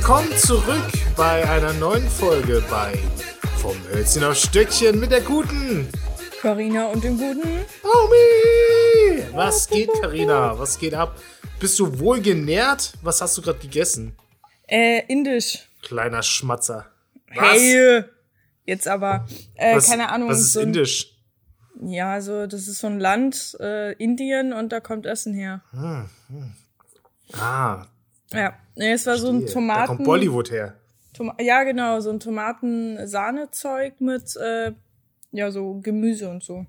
Willkommen zurück bei einer neuen Folge bei Vom Hölzchen auf Stöckchen mit der guten Carina und dem guten Homie. Was geht, Carina? Was geht ab? Bist du wohl genährt? Was hast du gerade gegessen? Indisch. Kleiner Schmatzer. Was? Hey, jetzt aber, keine Ahnung. Was ist so Indisch? Ja, so, das ist so ein Land, Indien, und da kommt Essen her. Ah. Ja, nee, es war so ein Tomaten... Da kommt Bollywood her. Ja, genau, so ein Tomaten-Sahnezeug mit, so Gemüse und so.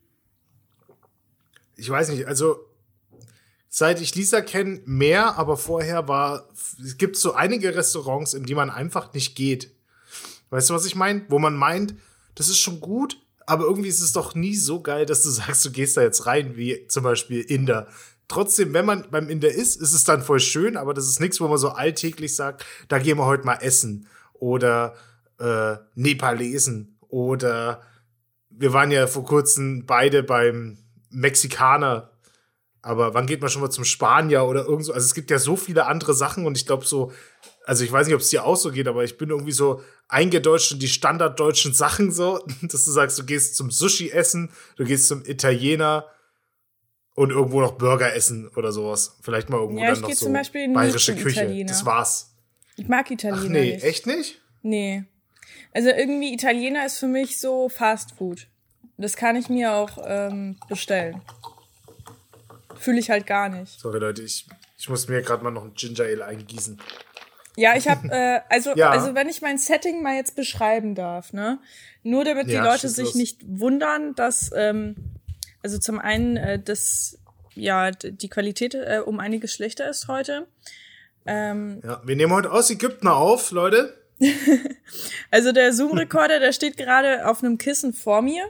Ich weiß nicht, also seit ich Lisa kenne, mehr, aber vorher es gibt so einige Restaurants, in die man einfach nicht geht. Weißt du, was ich meine? Wo man meint, das ist schon gut, aber irgendwie ist es doch nie so geil, dass du sagst, du gehst da jetzt rein, wie zum Beispiel Inder. Trotzdem, wenn man beim Inder ist es dann voll schön, aber das ist nichts, wo man so alltäglich sagt, da gehen wir heute mal essen. Oder Nepalesen. Oder wir waren ja vor kurzem beide beim Mexikaner. Aber wann geht man schon mal zum Spanier oder irgend so? Also es gibt ja so viele andere Sachen und ich glaube so, also ich weiß nicht, ob es dir auch so geht, aber ich bin irgendwie so eingedeutscht in die standarddeutschen Sachen so, dass du sagst, du gehst zum Sushi essen, du gehst zum Italiener und irgendwo noch Burger essen oder sowas. Vielleicht mal irgendwo dann noch so zum Beispiel bayerische Küche. Italiener. Das war's. Ich mag Italiener Ach nee, nicht. echt nicht? Nee. Also irgendwie Italiener ist für mich so Fast Food. Das kann ich mir auch bestellen. Fühle ich halt gar nicht. Sorry Leute, ich muss mir gerade mal noch ein Ginger Ale eingießen. Ja, ich habe, also wenn ich mein Setting mal jetzt beschreiben darf, ne? Nur damit die Leute sich nicht wundern, dass, also zum einen, die Qualität um einiges schlechter ist heute. Ja, wir nehmen heute aus Ägypten auf, Leute. Also der Zoom-Recorder, der steht gerade auf einem Kissen vor mir.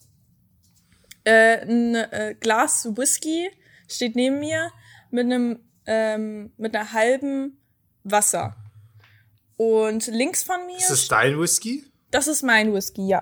Ein Glas Whisky steht neben mir mit einer halben Wasser. Und links von mir... Ist das dein Whisky? Das ist mein Whisky, ja.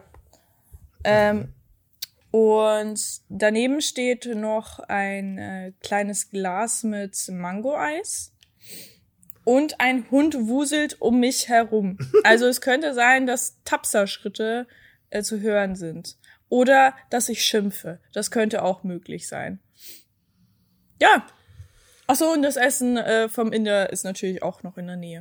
Und daneben steht noch ein kleines Glas mit Mango-Eis. Und ein Hund wuselt um mich herum. Also es könnte sein, dass Tapserschritte zu hören sind. Oder dass ich schimpfe. Das könnte auch möglich sein. Ja. Achso, und das Essen vom Inder ist natürlich auch noch in der Nähe.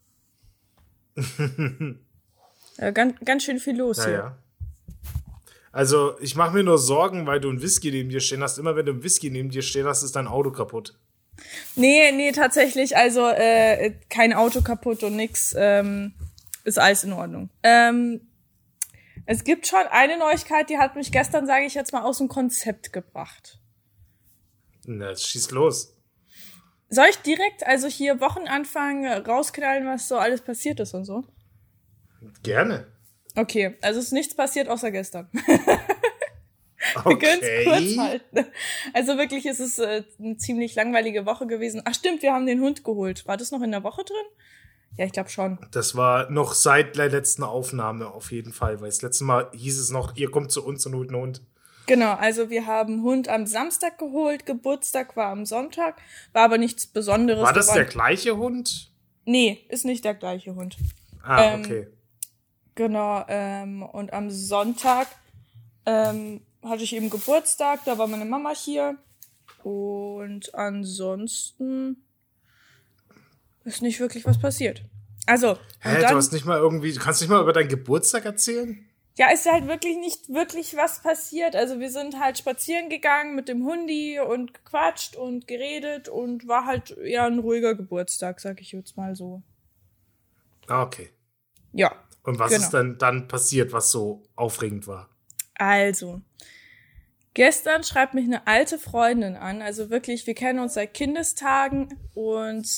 Ganz schön viel los hier. Ja. Also, ich mache mir nur Sorgen, weil du einen Whisky neben dir stehen hast. Immer wenn du einen Whisky neben dir stehen hast, ist dein Auto kaputt. Nee, tatsächlich. Also, kein Auto kaputt und nix. Ist alles in Ordnung. Es gibt schon eine Neuigkeit, die hat mich gestern, sage ich jetzt mal, aus dem Konzept gebracht. Na, schieß los. Soll ich direkt, also hier Wochenanfang rausknallen, was so alles passiert ist und so? Gerne. Okay, also ist nichts passiert außer gestern. Okay. Wir können es kurz halten. Also wirklich ist es eine ziemlich langweilige Woche gewesen. Ach stimmt, wir haben den Hund geholt. War das noch in der Woche drin? Ja, ich glaube schon. Das war noch seit der letzten Aufnahme auf jeden Fall, weil das letzte Mal hieß es noch, ihr kommt zu uns und holt einen Hund. Genau, also wir haben Hund am Samstag geholt, Geburtstag war am Sonntag, war aber nichts Besonderes. War das der gleiche Hund? Nee, ist nicht der gleiche Hund. Ah, okay. Genau, und am Sonntag hatte ich eben Geburtstag, da war meine Mama hier. Und ansonsten ist nicht wirklich was passiert. Also, Du hast nicht mal irgendwie, du kannst nicht mal über deinen Geburtstag erzählen? Ja, ist halt wirklich nicht wirklich was passiert. Also wir sind halt spazieren gegangen mit dem Hundi und gequatscht und geredet und war halt eher ein ruhiger Geburtstag, sag ich jetzt mal so. Ah, okay. Ja. Und was ist denn dann passiert, was so aufregend war? Also, gestern schreibt mich eine alte Freundin an. Also wirklich, wir kennen uns seit Kindestagen und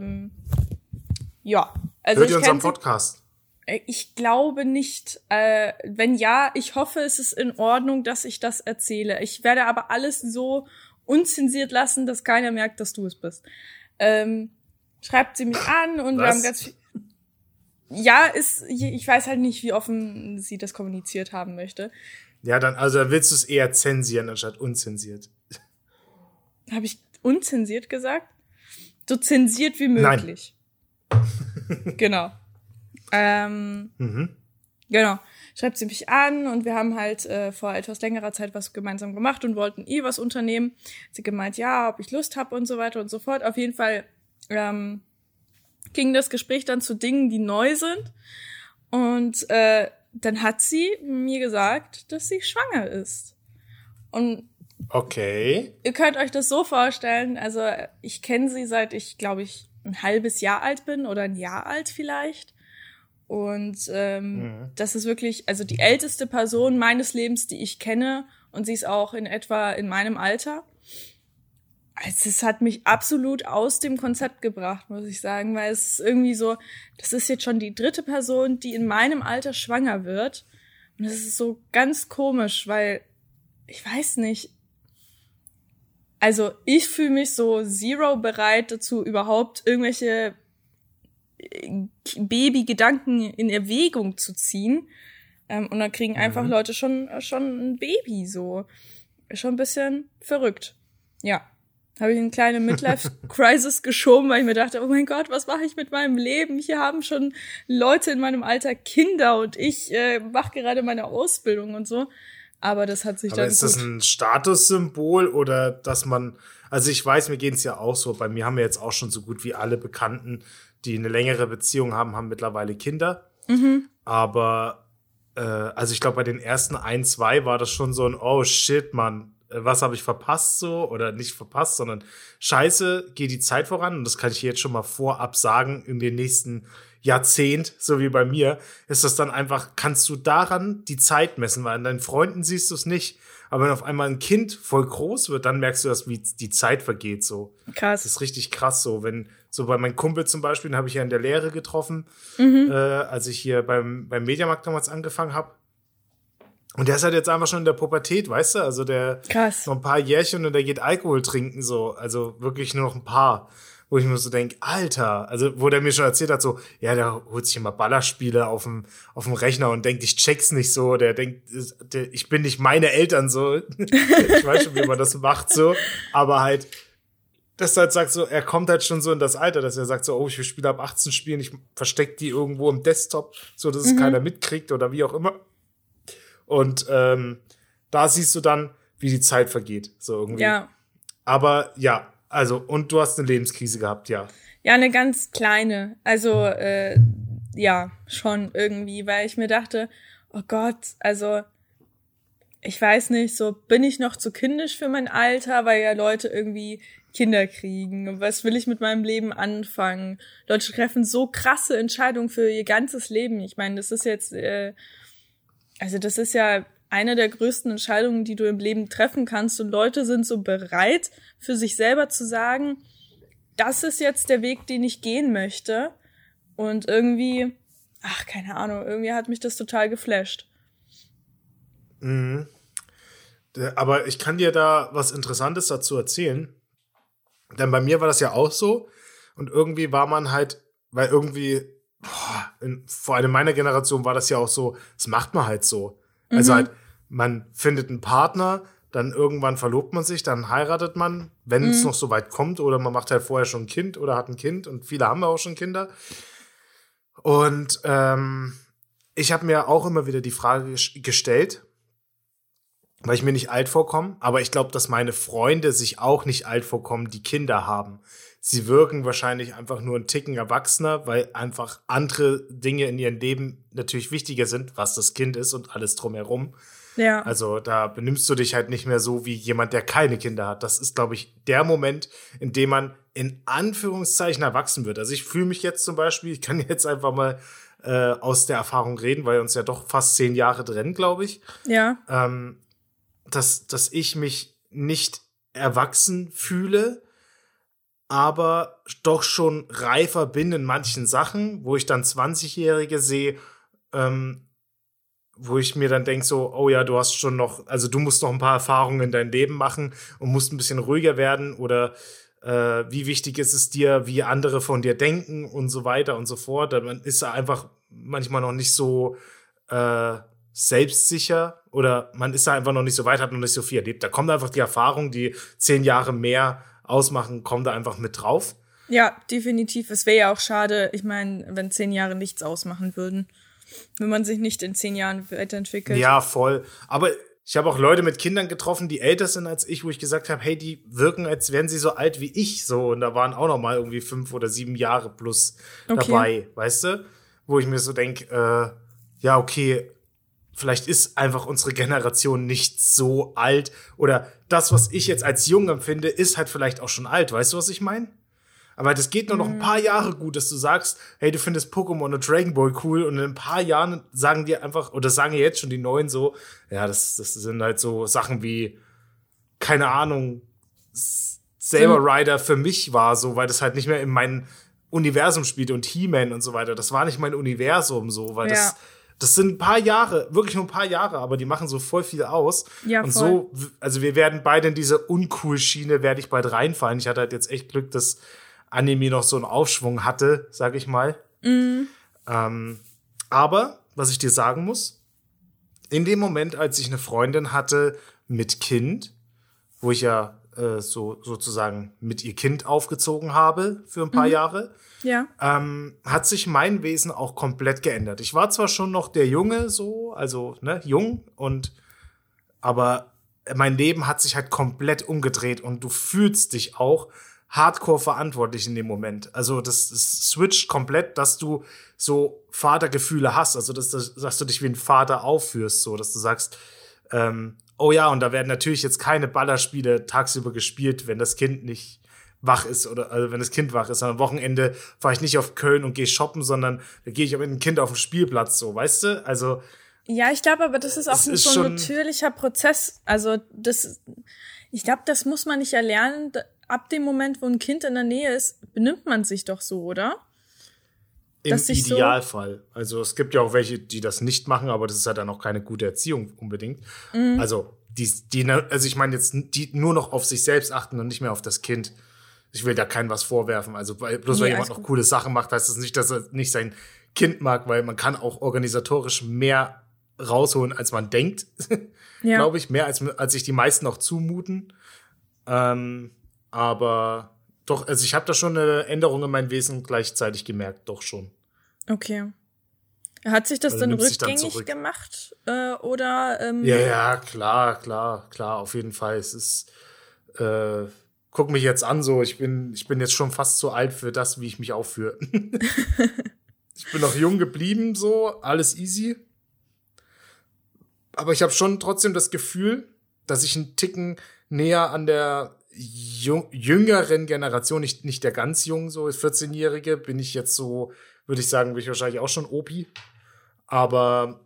ja. Also hört ihr unseren Podcast? Ich glaube nicht. Wenn ja, ich hoffe, es ist in Ordnung, dass ich das erzähle. Ich werde aber alles so unzensiert lassen, dass keiner merkt, dass du es bist. Schreibt sie mich an und wir haben ganz viel... Ja, ich weiß halt nicht, wie offen sie das kommuniziert haben möchte. Ja, dann willst du es eher zensieren, anstatt unzensiert. Habe ich unzensiert gesagt? So zensiert wie möglich. Nein. Genau. Genau. Schreibt sie mich an und wir haben halt vor etwas längerer Zeit was gemeinsam gemacht und wollten was unternehmen. Sie gemeint, ja, ob ich Lust habe und so weiter und so fort. Auf jeden Fall ging das Gespräch dann zu Dingen, die neu sind. Und dann hat sie mir gesagt, dass sie schwanger ist. Und okay. Ihr könnt euch das so vorstellen, also ich kenne sie seit ich, glaube ich, ein halbes Jahr alt bin oder ein Jahr alt vielleicht. Und das ist wirklich, also die älteste Person meines Lebens, die ich kenne. Und sie ist auch in etwa in meinem Alter. Also es hat mich absolut aus dem Konzept gebracht, muss ich sagen, weil es ist irgendwie so, das ist jetzt schon die dritte Person, die in meinem Alter schwanger wird. Und das ist so ganz komisch, weil, ich weiß nicht, also ich fühle mich so zero bereit dazu, überhaupt irgendwelche Baby-Gedanken in Erwägung zu ziehen. Und dann kriegen einfach Leute schon ein Baby, so. Schon ein bisschen verrückt. Ja. Habe ich eine kleine Midlife-Crisis geschoben, weil ich mir dachte, oh mein Gott, was mache ich mit meinem Leben? Hier haben schon Leute in meinem Alter Kinder und ich mache gerade meine Ausbildung und so. Aber das hat sich aber dann ist das ein Statussymbol oder dass man, also ich weiß, mir geht's ja auch so, bei mir haben wir jetzt auch schon so gut wie alle Bekannten, die eine längere Beziehung haben, haben mittlerweile Kinder. Aber also ich glaube, bei den ersten 1, 2 war das schon so ein, oh shit, Mann, was habe ich verpasst so? Oder nicht verpasst, sondern scheiße, geht die Zeit voran. Und das kann ich jetzt schon mal vorab sagen, in den nächsten Jahrzehnt, so wie bei mir, ist das dann einfach, kannst du daran die Zeit messen, weil an deinen Freunden siehst du es nicht. Aber wenn auf einmal ein Kind voll groß wird, dann merkst du, dass wie die Zeit vergeht so. Krass. Das ist richtig krass so. Wenn, so bei meinem Kumpel zum Beispiel, den habe ich ja in der Lehre getroffen, als ich hier beim Mediamarkt damals angefangen habe. Und der ist halt jetzt einfach schon in der Pubertät, weißt du? Also der Krass. noch ein paar Jährchen und der geht Alkohol trinken, so. Also wirklich nur noch ein paar. Wo ich mir so denke, Alter, also wo der mir schon erzählt hat, so, ja, der holt sich immer Ballerspiele auf dem Rechner und denkt, ich check's nicht so. Der denkt, ich bin nicht meine Eltern so. Ich weiß schon, wie man das macht so. Aber halt, dass er halt sagt so, er kommt halt schon so in das Alter, dass er sagt so, oh, ich will Spiele ab 18 spielen, ich versteck die irgendwo im Desktop, so dass es keiner mitkriegt oder wie auch immer. Und da siehst du dann, wie die Zeit vergeht, so irgendwie. Ja. Aber ja, also, und du hast eine Lebenskrise gehabt, ja. Ja, eine ganz kleine. Also, ja, schon irgendwie, weil ich mir dachte, oh Gott, also, ich weiß nicht, so bin ich noch zu kindisch für mein Alter, weil ja Leute irgendwie Kinder kriegen. Und was will ich mit meinem Leben anfangen? Leute treffen so krasse Entscheidungen für ihr ganzes Leben. Ich meine, das ist jetzt, also das ist ja eine der größten Entscheidungen, die du im Leben treffen kannst. Und Leute sind so bereit, für sich selber zu sagen, das ist jetzt der Weg, den ich gehen möchte. Und irgendwie, ach, keine Ahnung, irgendwie hat mich das total geflasht. Mhm. Aber ich kann dir da was Interessantes dazu erzählen. Denn bei mir war das ja auch so. Und irgendwie war man halt, weil irgendwie, vor allem in meiner Generation war das ja auch so, das macht man halt so. Also halt, man findet einen Partner, dann irgendwann verlobt man sich, dann heiratet man, wenn es noch so weit kommt, oder man macht halt vorher schon ein Kind oder hat ein Kind und viele haben auch schon Kinder. Und ich habe mir auch immer wieder die Frage gestellt, weil ich mir nicht alt vorkomme, aber ich glaube, dass meine Freunde sich auch nicht alt vorkommen, die Kinder haben. Sie wirken wahrscheinlich einfach nur einen Ticken erwachsener, weil einfach andere Dinge in ihrem Leben natürlich wichtiger sind, was das Kind ist und alles drumherum. Ja. Also da benimmst du dich halt nicht mehr so wie jemand, der keine Kinder hat. Das ist, glaube ich, der Moment, in dem man in Anführungszeichen erwachsen wird. Also ich fühle mich jetzt zum Beispiel, ich kann jetzt einfach mal aus der Erfahrung reden, weil uns ja doch fast 10 Jahre trennen, glaube ich. Ja. Dass ich mich nicht erwachsen fühle, aber doch schon reifer bin in manchen Sachen, wo ich dann 20-Jährige sehe, wo ich mir dann denke so, oh ja, du hast schon noch, also du musst noch ein paar Erfahrungen in dein Leben machen und musst ein bisschen ruhiger werden oder wie wichtig ist es dir, wie andere von dir denken und so weiter und so fort. Man ist einfach manchmal noch nicht so selbstsicher oder man ist da einfach noch nicht so weit, hat noch nicht so viel erlebt. Da kommt einfach die Erfahrung, die 10 Jahre mehr ausmachen, kommt da einfach mit drauf. Ja, definitiv. Es wäre ja auch schade, ich meine, wenn 10 Jahre nichts ausmachen würden. Wenn man sich nicht in 10 Jahren weiterentwickelt. Ja, voll. Aber ich habe auch Leute mit Kindern getroffen, die älter sind als ich, wo ich gesagt habe, hey, die wirken, als wären sie so alt wie ich. So, und da waren auch noch mal irgendwie 5 oder 7 Jahre plus dabei, weißt du? Wo ich mir so denke, ja, okay, vielleicht ist einfach unsere Generation nicht so alt. Oder das, was ich jetzt als jung empfinde, ist halt vielleicht auch schon alt. Weißt du, was ich meine? Aber das geht nur noch ein paar Jahre gut, dass du sagst, hey, du findest Pokémon und Dragon Ball cool und in ein paar Jahren sagen dir einfach, oder sagen ja jetzt schon die Neuen so, ja, das sind halt so Sachen wie, keine Ahnung, Saber Rider für mich war so, weil das halt nicht mehr in meinem Universum spielt und He-Man und so weiter. Das war nicht mein Universum so, weil das sind ein paar Jahre, wirklich nur ein paar Jahre, aber die machen so voll viel aus. Ja, und voll. so, also wir werden beide in diese Uncool-Schiene, werde ich bald reinfallen. Ich hatte halt jetzt echt Glück, dass Anime noch so einen Aufschwung hatte, sag ich mal. Aber, was ich dir sagen muss, in dem Moment, als ich eine Freundin hatte mit Kind, wo ich ja sozusagen mit ihr Kind aufgezogen habe für ein paar Jahre, Ja. hat sich mein Wesen auch komplett geändert. Ich war zwar schon noch der Junge so, also jung, aber mein Leben hat sich halt komplett umgedreht und du fühlst dich auch hardcore verantwortlich in dem Moment. Also das switcht komplett, dass du so Vatergefühle hast, also dass du dich wie ein Vater aufführst, so dass du sagst, oh ja, und da werden natürlich jetzt keine Ballerspiele tagsüber gespielt, wenn das Kind nicht wach ist oder also wenn das Kind wach ist. Am Wochenende fahre ich nicht auf Köln und gehe shoppen, sondern da gehe ich mit dem Kind auf den Spielplatz, so, weißt du? Also ja, ich glaube, aber das ist auch so ein natürlicher Prozess. Also ich glaube, das muss man nicht erlernen. Ab dem Moment, wo ein Kind in der Nähe ist, benimmt man sich doch so, oder? Im Idealfall. Also es gibt ja auch welche, die das nicht machen, aber das ist ja dann auch keine gute Erziehung unbedingt. Also also ich meine jetzt, die nur noch auf sich selbst achten und nicht mehr auf das Kind. Ich will da keinem was vorwerfen. Also weil jemand noch coole Sachen macht, heißt das nicht, dass er nicht sein Kind mag, weil man kann auch organisatorisch mehr rausholen, als man denkt. Ja. Glaube ich, mehr als sich die meisten auch zumuten. Aber doch, also ich habe da schon eine Änderung in meinem Wesen gleichzeitig gemerkt, doch schon. Okay. Hat sich das dann rückgängig gemacht? Oder? Ja, klar, auf jeden Fall. Es ist, guck mich jetzt an, so, ich bin jetzt schon fast zu alt für das, wie ich mich aufführe. Ich bin noch jung geblieben, so, alles easy. Aber ich habe schon trotzdem das Gefühl, dass ich einen Ticken näher an der jüngeren Generation, nicht der ganz jungen, so 14-Jährige, bin ich jetzt so, würde ich sagen, bin ich wahrscheinlich auch schon Opi. Aber,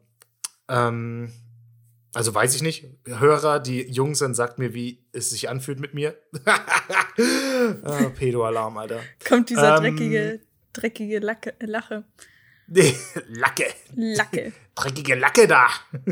also weiß ich nicht. Hörer, die jung sind, sagt mir, wie es sich anfühlt mit mir. Pedo-Alarm, Alter. Kommt dieser dreckige Lache. Nee, Lacke. Dreckige Lacke da.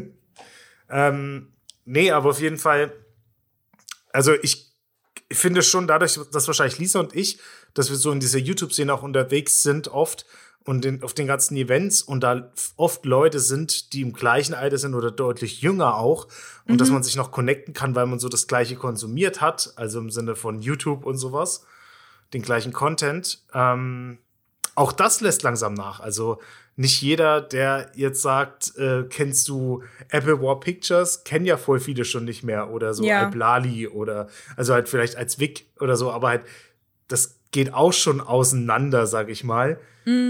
Nee, aber auf jeden Fall, also ich finde schon dadurch, dass wahrscheinlich Lisa und ich, dass wir so in dieser YouTube-Szene auch unterwegs sind oft und auf den ganzen Events und da oft Leute sind, die im gleichen Alter sind oder deutlich jünger auch und dass man sich noch connecten kann, weil man so das Gleiche konsumiert hat, also im Sinne von YouTube und sowas, den gleichen Content. Auch das lässt langsam nach. Also nicht jeder, der jetzt sagt, kennst du Apple War Pictures, kennen ja voll viele schon nicht mehr oder so Iblali oder also halt vielleicht als Vic oder so, aber halt das geht auch schon auseinander, sag ich mal.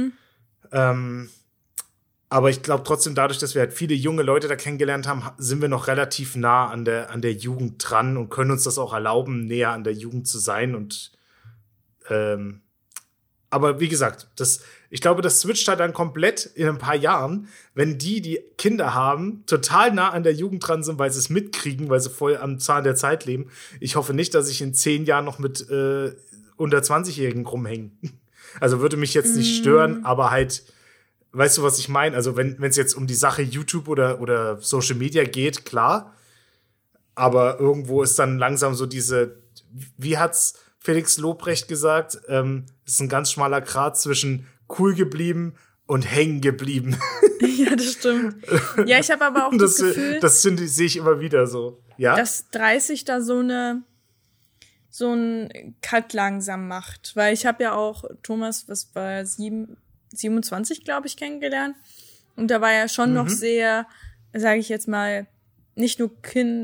Aber ich glaube trotzdem, dadurch, dass wir halt viele junge Leute da kennengelernt haben, sind wir noch relativ nah an der Jugend dran und können uns das auch erlauben, näher an der Jugend zu sein und aber wie gesagt, ich glaube, das switcht halt dann komplett in ein paar Jahren, wenn die Kinder haben, total nah an der Jugend dran sind, weil sie es mitkriegen, weil sie voll am Zahn der Zeit leben. Ich hoffe nicht, dass ich in 10 Jahren noch mit unter 20-Jährigen rumhänge. Also würde mich jetzt nicht stören, aber halt, weißt du, was ich meine? Also wenn es jetzt um die Sache YouTube oder Social Media geht, klar. Aber irgendwo ist dann langsam so wie hat's Felix Lobrecht gesagt, es ist ein ganz schmaler Grat zwischen cool geblieben und hängen geblieben. Ja, das stimmt. Ja, ich habe aber auch das Gefühl, das sehe ich immer wieder so. Ja? Dass 30 da so eine so einen Cut langsam macht. Weil ich habe ja auch Thomas, was war 27, glaube ich, kennengelernt. Und da war er schon noch sehr, sage ich jetzt mal, nicht nur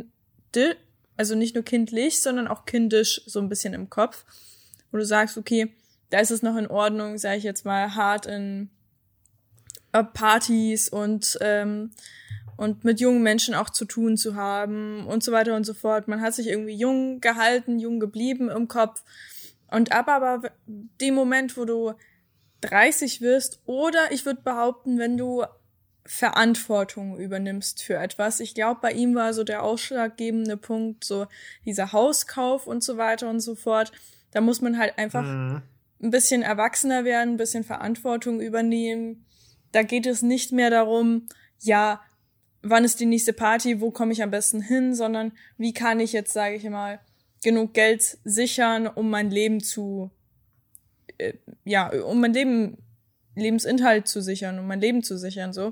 kindlich, sondern auch kindisch so ein bisschen im Kopf. Wo du sagst, okay, da ist es noch in Ordnung, sage ich jetzt mal, hart in Partys und mit jungen Menschen auch zu tun zu haben und so weiter und so fort. Man hat sich irgendwie jung gehalten, jung geblieben im Kopf. Und aber dem Moment, wo du 30 wirst, oder ich würde behaupten, wenn du Verantwortung übernimmst für etwas. Ich glaube, bei ihm war so der ausschlaggebende Punkt, so dieser Hauskauf und so weiter und so fort. Da muss man halt einfach ein bisschen erwachsener werden, ein bisschen Verantwortung übernehmen. Da geht es nicht mehr darum, ja, wann ist die nächste Party, wo komme ich am besten hin, sondern wie kann ich jetzt, sage ich mal, genug Geld sichern, um mein Leben um mein Lebensinhalt zu sichern, um mein Leben zu sichern, so.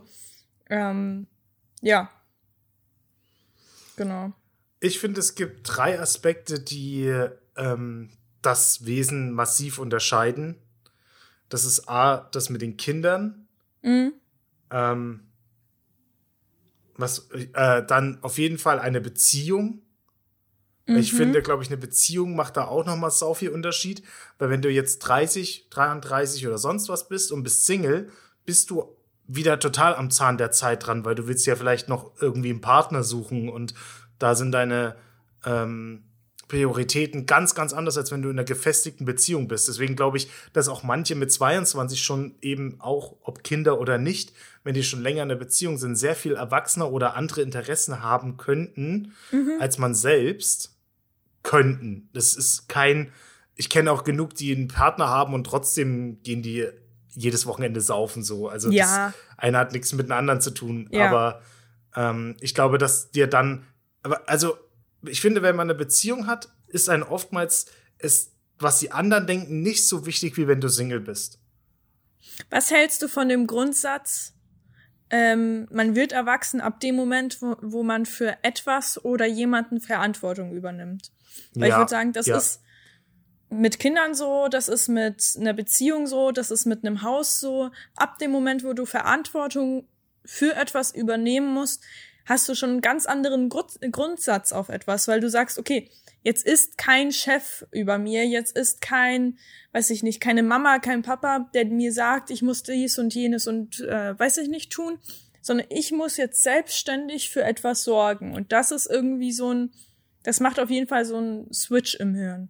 Ja. Genau. Ich finde, es gibt 3 Aspekte, die das Wesen massiv unterscheiden. Das ist A, das mit den Kindern. Dann auf jeden Fall eine Beziehung. Ich finde, glaube ich, eine Beziehung macht da auch nochmal sau viel Unterschied. Weil wenn du jetzt 30, 33 oder sonst was bist und bist Single, bist du wieder total am Zahn der Zeit dran, weil du willst ja vielleicht noch irgendwie einen Partner suchen und da sind deine Prioritäten ganz, ganz anders, als wenn du in einer gefestigten Beziehung bist. Deswegen glaube ich, dass auch manche mit 22 schon eben auch, ob Kinder oder nicht, wenn die schon länger in einer Beziehung sind, sehr viel erwachsener oder andere Interessen haben könnten, als man selbst könnten. Das ist ich kenne auch genug, die einen Partner haben und trotzdem gehen die jedes Wochenende saufen so. Also das eine hat nichts mit dem anderen zu tun. Ja. Aber ich glaube, dass dir dann, also ich finde, wenn man eine Beziehung hat, ist einem oftmals was die anderen denken, nicht so wichtig, wie wenn du Single bist. Was hältst du von dem Grundsatz, man wird erwachsen ab dem Moment, wo man für etwas oder jemanden Verantwortung übernimmt? Weil ich würde sagen, das ist mit Kindern so, das ist mit einer Beziehung so, das ist mit einem Haus so. Ab dem Moment, wo du Verantwortung für etwas übernehmen musst, hast du schon einen ganz anderen Grundsatz auf etwas, weil du sagst, okay, jetzt ist kein Chef über mir, jetzt ist keine Mama, kein Papa, der mir sagt, ich muss dies und jenes und tun, sondern ich muss jetzt selbstständig für etwas sorgen. Und das ist irgendwie das macht auf jeden Fall so einen Switch im Hirn.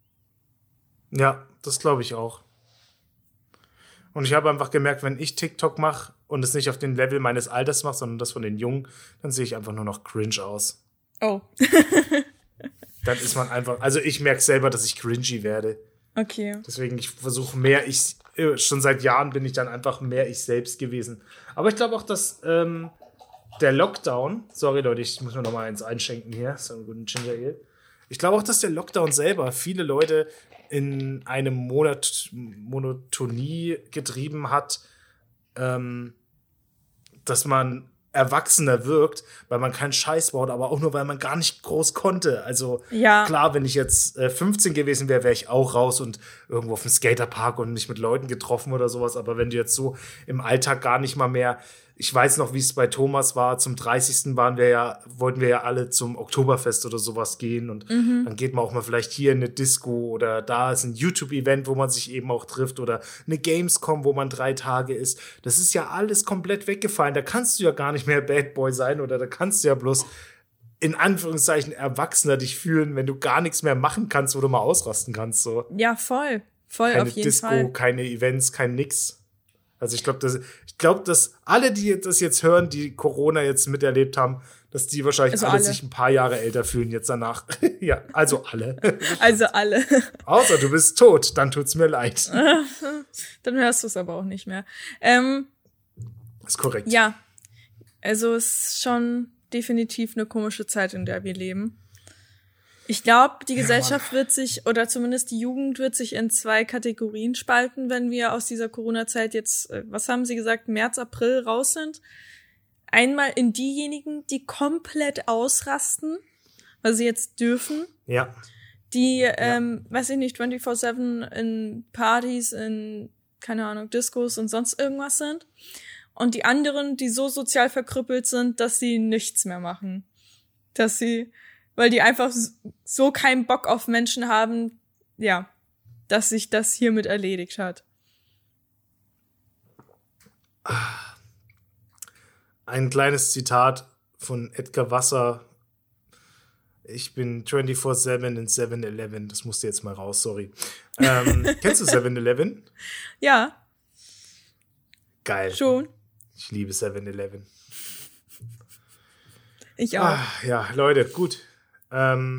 Ja, das glaube ich auch. Und ich habe einfach gemerkt, wenn ich TikTok mache und es nicht auf den Level meines Alters mache, sondern das von den Jungen, dann sehe ich einfach nur noch cringe aus. Oh. Dann ist man einfach, also ich merke selber, dass ich cringy werde. Okay. Deswegen, ich versuche schon seit Jahren bin ich dann einfach mehr ich selbst gewesen. Aber ich glaube auch, dass der Lockdown, sorry Leute, ich muss mir noch mal eins einschenken hier, so einen guten Ginger Ale. Ich glaube auch, dass der Lockdown selber viele Leute in eine Monotonie getrieben hat, dass man erwachsener wirkt, weil man keinen Scheiß baut, aber auch nur, weil man gar nicht groß konnte. Also klar, wenn ich jetzt 15 gewesen wäre, wäre ich auch raus und irgendwo auf dem Skaterpark und nicht mit Leuten getroffen oder sowas. Aber wenn du jetzt so im Alltag gar nicht mal mehr, ich weiß noch, wie es bei Thomas war, zum 30. wollten wir ja alle zum Oktoberfest oder sowas gehen und dann geht man auch mal vielleicht hier in eine Disco oder da ist ein YouTube-Event, wo man sich eben auch trifft oder eine Gamescom, wo man 3 Tage ist. Das ist ja alles komplett weggefallen. Da kannst du ja gar nicht mehr Bad Boy sein oder da kannst du ja bloß in Anführungszeichen erwachsener dich fühlen, wenn du gar nichts mehr machen kannst, wo du mal ausrasten kannst. So. Ja, voll Keine auf jeden Disco, Fall. keine Events, kein nix. Also ich glaube, dass alle, die das jetzt hören, die Corona jetzt miterlebt haben, dass die wahrscheinlich alle sich ein paar Jahre älter fühlen jetzt danach. Ja, also alle. Also alle. Außer du bist tot, dann tut's mir leid. Dann hörst du es aber auch nicht mehr. Ist korrekt. Ja, also es ist schon definitiv eine komische Zeit, in der wir leben. Ich glaube, die Gesellschaft wird sich, oder zumindest die Jugend wird sich in 2 Kategorien spalten, wenn wir aus dieser Corona-Zeit jetzt, was haben Sie gesagt, März, April raus sind. Einmal in diejenigen, die komplett ausrasten, weil sie jetzt dürfen. Ja. die, weiß ich nicht, 24/7 in Partys, in, keine Ahnung, Discos und sonst irgendwas sind. Und die anderen, die so sozial verkrüppelt sind, dass sie nichts mehr machen. Weil die einfach so keinen Bock auf Menschen haben, ja, dass sich das hiermit erledigt hat. Ein kleines Zitat von Edgar Wasser. Ich bin 24/7 in 7-Eleven. Das musste jetzt mal raus, sorry. Kennst du 7-Eleven? Ja. Geil. Schon. Ich liebe 7-Eleven. Ich auch. Ja, Leute, gut. Denn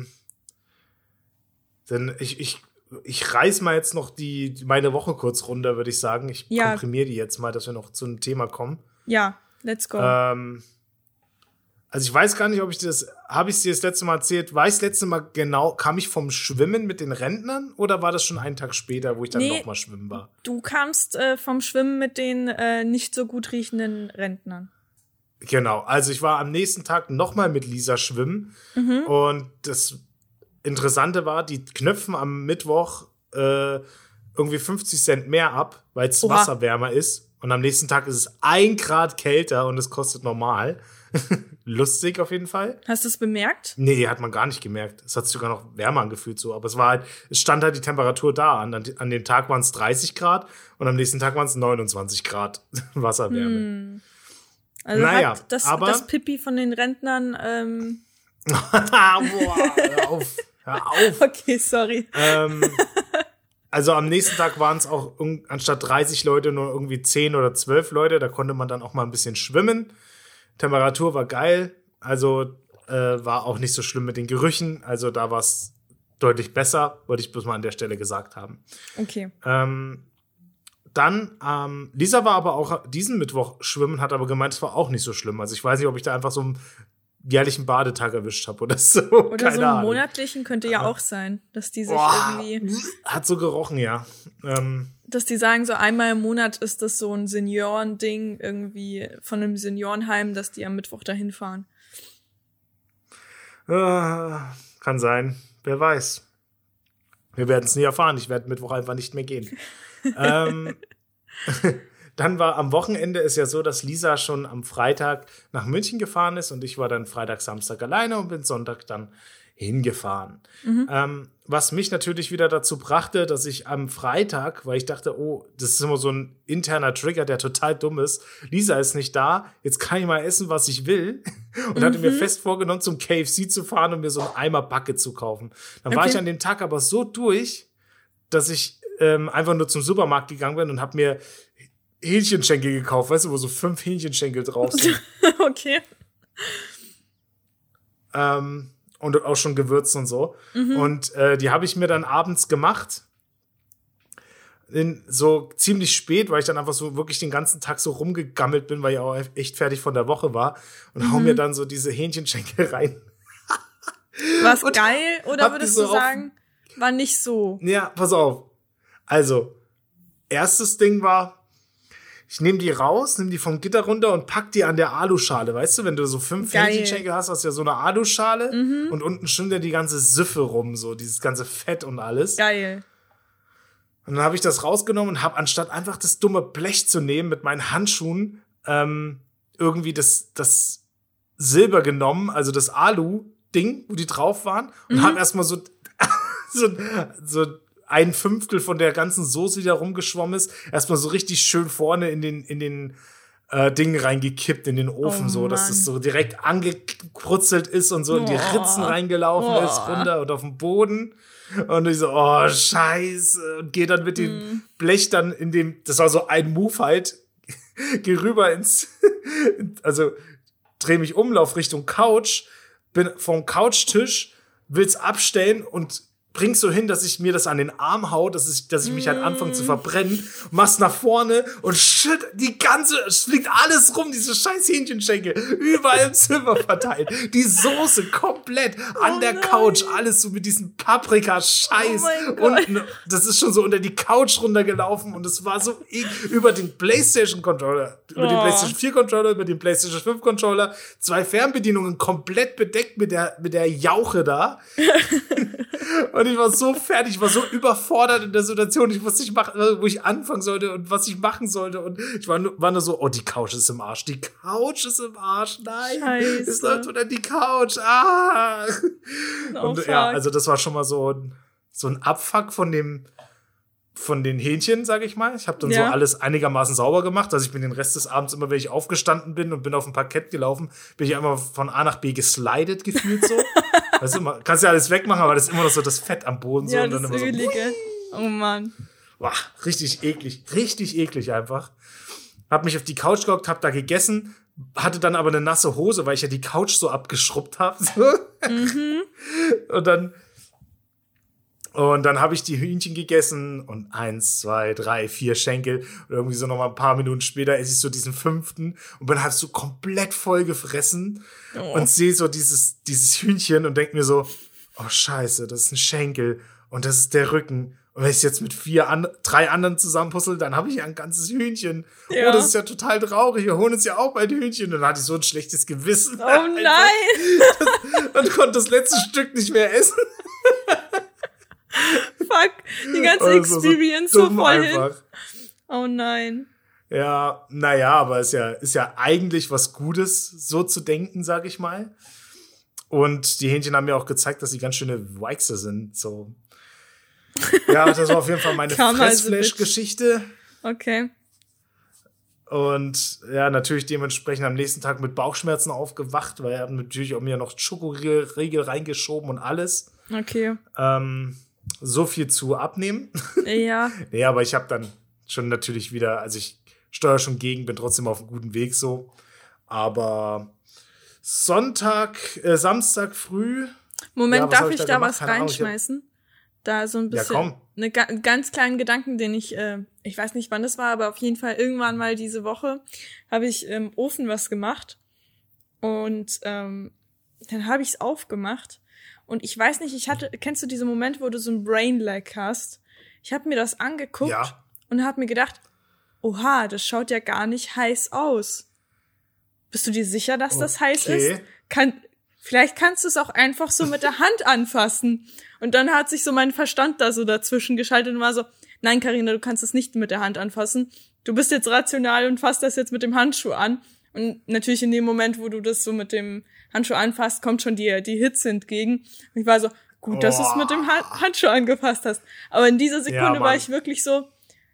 ich reiß mal jetzt noch meine Woche kurz runter, würde ich sagen. Ich komprimiere die jetzt mal, dass wir noch zu einem Thema kommen. Ja, let's go. Also ich weiß gar nicht, habe ich dir das letzte Mal erzählt? War ich das letzte Mal genau, kam ich vom Schwimmen mit den Rentnern oder war das schon einen Tag später, wo ich dann nochmal schwimmen war? Du kamst vom Schwimmen mit den nicht so gut riechenden Rentnern. Genau, also ich war am nächsten Tag nochmal mit Lisa schwimmen und das Interessante war, die knöpfen am Mittwoch irgendwie 50 Cent mehr ab, weil das Wasser wärmer ist und am nächsten Tag ist es 1 Grad kälter und es kostet normal. Lustig auf jeden Fall. Hast du es bemerkt? Nee, hat man gar nicht gemerkt. Es hat sich sogar noch wärmer angefühlt so. Aber es stand halt die Temperatur da. An dem Tag waren es 30 Grad und am nächsten Tag waren es 29 Grad Wasserwärme. Also hat das Pipi von den Rentnern Boah, hör auf. Okay, sorry. Also am nächsten Tag waren es auch anstatt 30 Leute nur irgendwie 10 oder 12 Leute. Da konnte man dann auch mal ein bisschen schwimmen. Temperatur war geil, also war auch nicht so schlimm mit den Gerüchen, also da war es deutlich besser, wollte ich bloß mal an der Stelle gesagt haben. Okay. Dann, Lisa war aber auch diesen Mittwoch schwimmen, hat aber gemeint, es war auch nicht so schlimm. Also ich weiß nicht, ob ich da einfach so einen jährlichen Badetag erwischt habe oder so. Oder keine so einen Ahnung. monatlichen könnte ja auch sein, dass die sich irgendwie... Hat so gerochen, ja. Dass die sagen, so einmal im Monat ist das so ein Seniorending irgendwie von einem Seniorenheim, dass die am Mittwoch dahin fahren. Kann sein. Wer weiß. Wir werden es nie erfahren. Ich werde Mittwoch einfach nicht mehr gehen. Dann war am Wochenende ist ja so, dass Lisa schon am Freitag nach München gefahren ist und ich war dann Freitag, Samstag alleine und bin Sonntag dann hingefahren. Was mich natürlich wieder dazu brachte, dass ich am Freitag, weil ich dachte, oh, das ist immer so ein interner Trigger, der total dumm ist. Lisa ist nicht da, jetzt kann ich mal essen, was ich will. Und hatte mir fest vorgenommen, zum KFC zu fahren und mir so einen Eimer Backe zu kaufen. Dann war ich an dem Tag aber so durch, dass ich einfach nur zum Supermarkt gegangen bin und habe mir Hähnchenschenkel gekauft, weißt du, wo so 5 Hähnchenschenkel drauf sind. Okay. Und auch schon gewürzt und so. Und die habe ich mir dann abends gemacht. So ziemlich spät, weil ich dann einfach so wirklich den ganzen Tag so rumgegammelt bin, weil ich auch echt fertig von der Woche war. Und hau mir dann so diese Hähnchenschenkel rein. War's geil oder würdest du sagen, war nicht so? Ja, pass auf. Also, erstes Ding war, ich nehme die raus, nehme die vom Gitter runter und pack die an der Aluschale. Weißt du, wenn du so 5 Hähnchenschenkel hast du ja so eine Aluschale und unten schwimmt ja die ganze Süffe rum, so dieses ganze Fett und alles. Geil. Und dann habe ich das rausgenommen und habe anstatt einfach das dumme Blech zu nehmen mit meinen Handschuhen irgendwie das Silber genommen, also das Alu-Ding, wo die drauf waren und habe erstmal so 1/5 von der ganzen Soße, die da rumgeschwommen ist, erstmal so richtig schön vorne in den Ding reingekippt, in den Ofen, so, dass es so direkt angekrutzelt ist und so in die Ritzen reingelaufen ist, runter und auf den Boden. Und ich so, oh, scheiße. Und gehe dann mit dem Blech dann das war so ein Move halt, geh rüber also dreh mich um, lauf Richtung Couch, bin vom Couchtisch, will's abstellen und bringst so hin, dass ich mir das an den Arm hau, dass ich mich halt anfange zu verbrennen, machst nach vorne und shit, es fliegt alles rum, diese scheiß Hähnchenschenkel, überall im Zimmer verteilt. Die Soße komplett an der Couch, alles so mit diesem Paprika-Scheiß. Und das ist schon so unter die Couch runtergelaufen und es war so über den PlayStation-Controller, über den PlayStation 4-Controller, über den PlayStation 5-Controller, 2 Fernbedienungen komplett bedeckt mit der Jauche da. Und ich war so fertig, ich war so überfordert in der Situation. Ich wusste nicht, wo ich anfangen sollte und was ich machen sollte. Und ich war nur so, oh, die Couch ist im Arsch. Die Couch ist im Arsch. Nein, Scheiße. es läuft unter die Couch. Ah. Oh, Und fuck. ja, also das war schon mal so ein Abfuck von den Hähnchen, sage ich mal. Ich habe dann so alles einigermaßen sauber gemacht. Also ich bin den Rest des Abends immer, wenn ich aufgestanden bin und bin auf dem Parkett gelaufen, bin ich einmal von A nach B geslidet gefühlt so. Weißt du, kannst ja alles wegmachen, aber das ist immer noch so das Fett am Boden. Ja, so, und das dann immer Ölige. So, Oh Mann. boah, richtig eklig einfach. Hab mich auf die Couch gehockt, hab da gegessen, hatte dann aber eine nasse Hose, weil ich ja die Couch so abgeschrubbt habe. So. Und dann habe ich die Hühnchen gegessen und 1, 2, 3, 4 Schenkel. Und irgendwie so noch mal ein paar Minuten später esse ich so diesen 5. und bin halt so komplett voll gefressen und sehe so dieses Hühnchen und denke mir so, oh Scheiße, das ist ein Schenkel und das ist der Rücken. Und wenn ich es jetzt mit 3 anderen zusammenpuzzle, dann habe ich ja ein ganzes Hühnchen. Ja. Oh, das ist ja total traurig. Wir holen uns ja auch bald Hühnchen. Und dann hatte ich so ein schlechtes Gewissen. Oh nein. Und konnte das letzte Stück nicht mehr essen. Fuck. Die ganze Also Experience so so dumm voll hin. einfach. Oh nein. Ja, naja, aber ist ja eigentlich was Gutes, so zu denken, sag ich mal. Und die Hähnchen haben mir auch gezeigt, dass sie ganz schöne Weichse sind. So. Ja, das war auf jeden Fall meine Fressflash-Geschichte. Okay. Und ja, natürlich dementsprechend am nächsten Tag mit Bauchschmerzen aufgewacht, weil er hat natürlich auch mir noch Schokoriegel reingeschoben und alles. Okay. So viel zu abnehmen. Ja. Nee, aber ich habe dann schon natürlich wieder, also ich steuere schon gegen, bin trotzdem auf einem guten Weg so. Aber Samstag früh. Moment, ja, darf ich da gemacht? was Keine Ahnung, reinschmeißen? Da so ein Ja, bisschen komm. einen ganz kleinen Gedanken, den ich weiß nicht, wann das war, aber auf jeden Fall irgendwann mal diese Woche habe ich im Ofen was gemacht und dann habe ich es aufgemacht und ich weiß nicht, kennst du diesen Moment, wo du so ein Brain Lag hast? Ich habe mir das angeguckt und habe mir gedacht, oha, das schaut ja gar nicht heiß aus. Bist du dir sicher, dass das heiß ist? Vielleicht kannst du es auch einfach so mit der Hand anfassen. Und dann hat sich so mein Verstand da so dazwischen geschaltet und war so, nein, Carina, du kannst es nicht mit der Hand anfassen. Du bist jetzt rational und fasst das jetzt mit dem Handschuh an. Und natürlich in dem Moment, wo du das so mit dem Handschuh anfasst, kommt schon die Hitze entgegen. Und ich war so, gut, dass du es mit dem Handschuh angefasst hast. Aber in dieser Sekunde war ich wirklich so,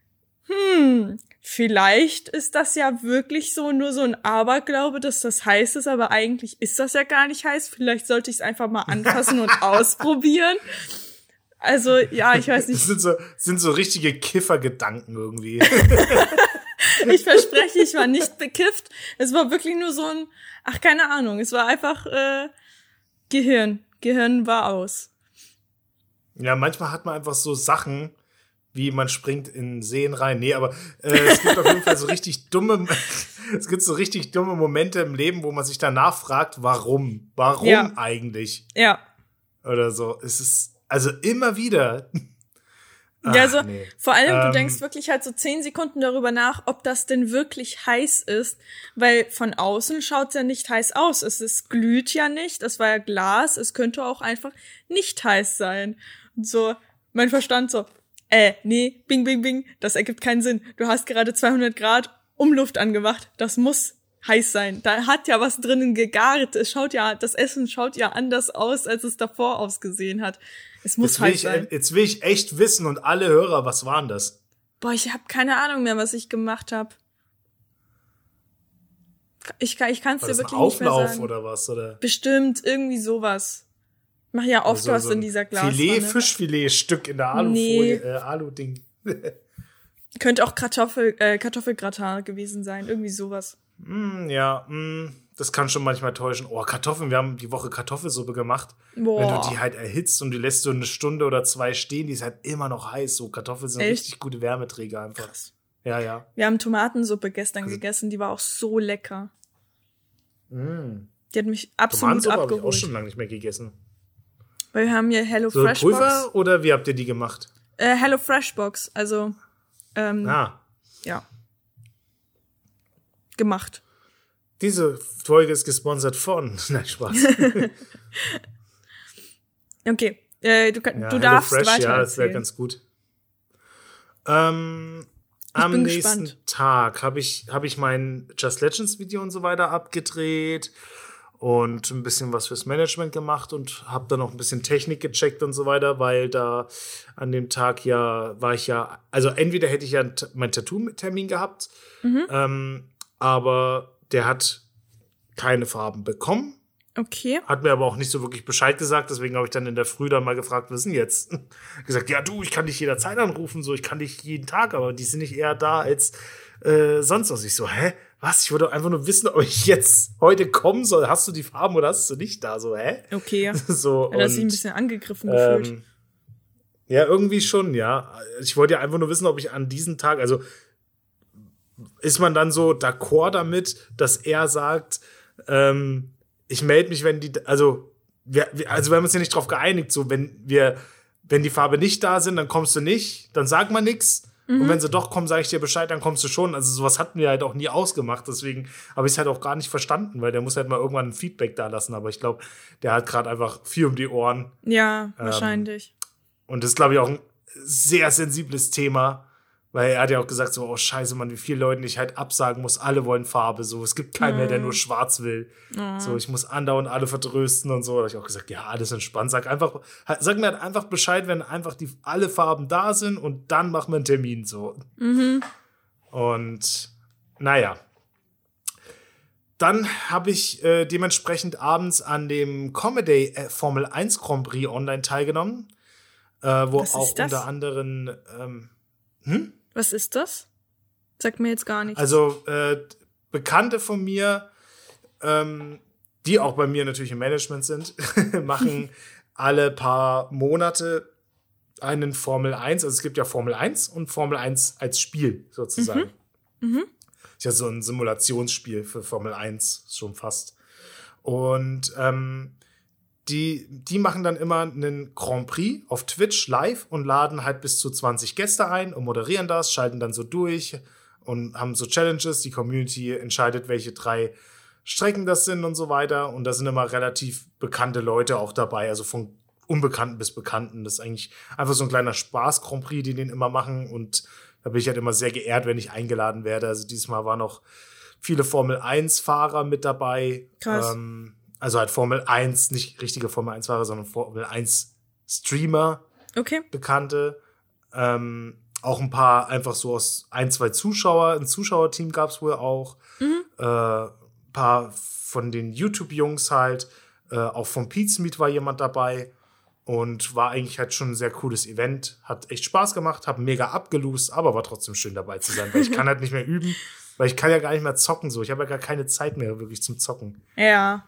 vielleicht ist das ja wirklich so nur so ein Aberglaube, dass das heiß ist, aber eigentlich ist das ja gar nicht heiß. Vielleicht sollte ich es einfach mal anfassen und ausprobieren. Also, ja, ich weiß nicht. Das sind so richtige Kiffergedanken irgendwie. Ich verspreche, ich war nicht bekifft. Es war wirklich nur so ein, keine Ahnung, es war einfach Gehirn. Gehirn war aus. Ja, manchmal hat man einfach so Sachen, wie man springt in Seen rein. Nee, aber es gibt auf jeden Fall so richtig dumme Momente im Leben, wo man sich danach fragt, warum? Warum eigentlich? Ja. Oder so. Es ist, also immer wieder. Ja, also vor allem, du denkst wirklich halt so 10 Sekunden darüber nach, ob das denn wirklich heiß ist, weil von außen schaut's ja nicht heiß aus. Es glüht ja nicht, es war ja Glas, es könnte auch einfach nicht heiß sein. Und so, mein Verstand so, nee, bing, bing, bing, das ergibt keinen Sinn. Du hast gerade 200 Grad Umluft angemacht, das muss heiß sein. Da hat ja was drinnen gegart. Das Essen schaut ja anders aus, als es davor ausgesehen hat. Es muss heiß sein. Jetzt will ich echt wissen und alle Hörer, was waren das? Boah, ich habe keine Ahnung mehr, was ich gemacht habe. Ich kann es dir wirklich nicht mehr Auflauf sagen. oder was? Oder? Bestimmt, irgendwie sowas. Ich mache ja oft was in dieser Glaswanne. Fischfilet-Stück in der Alufolie, Alu-Ding. Könnte auch Kartoffelgratin gewesen sein, irgendwie sowas. Das kann schon manchmal täuschen. Oh, Kartoffeln, wir haben die Woche Kartoffelsuppe gemacht. Boah. Wenn du die halt erhitzt und die lässt so 1 Stunde oder 2 stehen, die ist halt immer noch heiß. So, Kartoffeln sind richtig gute Wärmeträger einfach. Krass. Ja. Wir haben Tomatensuppe gestern gegessen, die war auch so lecker. Die hat mich absolut Tomatensuppe abgeholt. habe ich auch schon lange nicht mehr gegessen. Weil wir haben hier Hello So Fresh Pulver Box. oder wie habt ihr die gemacht? Hello Fresh Box, also ja. Gemacht. Diese Folge ist gesponsert von. Nein, Spaß. Okay, Du darfst HelloFresh, weiter ja, das wäre erzählen. ganz gut. Am bin nächsten gespannt. Tag habe ich mein Just Legends Video und so weiter abgedreht und ein bisschen was fürs Management gemacht und habe dann noch ein bisschen Technik gecheckt und so weiter, weil da an dem Tag war ich also entweder hätte ich ja meinen Tattoo-Termin gehabt, aber der hat keine Farben bekommen. Okay. Hat mir aber auch nicht so wirklich Bescheid gesagt, deswegen habe ich dann in der Früh dann mal gefragt, was ist denn jetzt? Gesagt, ja du, ich kann dich jederzeit anrufen, so, ich kann dich jeden Tag, aber die sind nicht eher da als sonst was. Ich so, hä? Was? Ich wollte einfach nur wissen, ob ich jetzt heute kommen soll. Hast du die Farben oder hast du nicht da? So, hä? Okay. So, Er hat sich ein bisschen angegriffen gefühlt. Ja, irgendwie schon, ja. Ich wollte ja einfach nur wissen, ob ich an diesem Tag, also ist man dann so d'accord damit, dass er sagt, ich melde mich, wenn also wir haben uns ja nicht drauf geeinigt, so wenn die Farbe nicht da sind, dann kommst du nicht, dann sagt man nichts. Und wenn sie doch kommen, sage ich dir Bescheid, dann kommst du schon. Also sowas hatten wir halt auch nie ausgemacht, deswegen habe ich es halt auch gar nicht verstanden, weil der muss halt mal irgendwann ein Feedback da lassen. Aber ich glaube, der hat gerade einfach viel um die Ohren. Ja, wahrscheinlich. Und das ist, glaube ich, auch ein sehr sensibles Thema, weil er hat ja auch gesagt, so, oh scheiße, Mann, wie viele Leuten ich halt absagen muss, alle wollen Farbe, so, es gibt keinen mehr, der nur schwarz will. So, ich muss andauernd alle vertrösten und so. Da habe ich auch gesagt, ja, alles entspannt, sag mir halt einfach Bescheid, wenn einfach alle Farben da sind und dann machen wir einen Termin, so. Und, naja. Dann habe ich dementsprechend abends an dem Comedy Formel 1 Grand Prix online teilgenommen, wo Was ist auch das? unter anderem Was ist das? Sagt mir jetzt gar nichts. Also Bekannte von mir, die auch bei mir natürlich im Management sind, machen alle paar Monate einen Formel 1. Also es gibt ja Formel 1 und Formel 1 als Spiel sozusagen. Ist ja so ein Simulationsspiel für Formel 1 schon fast. Und die machen dann immer einen Grand Prix auf Twitch live und laden halt bis zu 20 Gäste ein und moderieren das, schalten dann so durch und haben so Challenges. Die Community entscheidet, welche 3 Strecken das sind und so weiter. Und da sind immer relativ bekannte Leute auch dabei, also von Unbekannten bis Bekannten. Das ist eigentlich einfach so ein kleiner Spaß-Grand Prix, den immer machen. Und da bin ich halt immer sehr geehrt, wenn ich eingeladen werde. Also dieses Mal waren noch viele Formel-1-Fahrer mit dabei. Krass. Also halt Formel 1, nicht richtige Formel 1-Fahrer, sondern Formel 1-Streamer, Okay. Bekannte. Auch ein paar einfach so aus 1, 2 Zuschauer. Ein Zuschauerteam gab es wohl auch. Ein paar von den YouTube-Jungs halt. Auch vom Pete's Meet war jemand dabei. Und war eigentlich halt schon ein sehr cooles Event. Hat echt Spaß gemacht, hab mega abgelost, aber war trotzdem schön dabei zu sein. Weil ich kann halt nicht mehr üben, weil ich kann ja gar nicht mehr zocken. So. Ich habe ja gar keine Zeit mehr wirklich zum Zocken. Ja.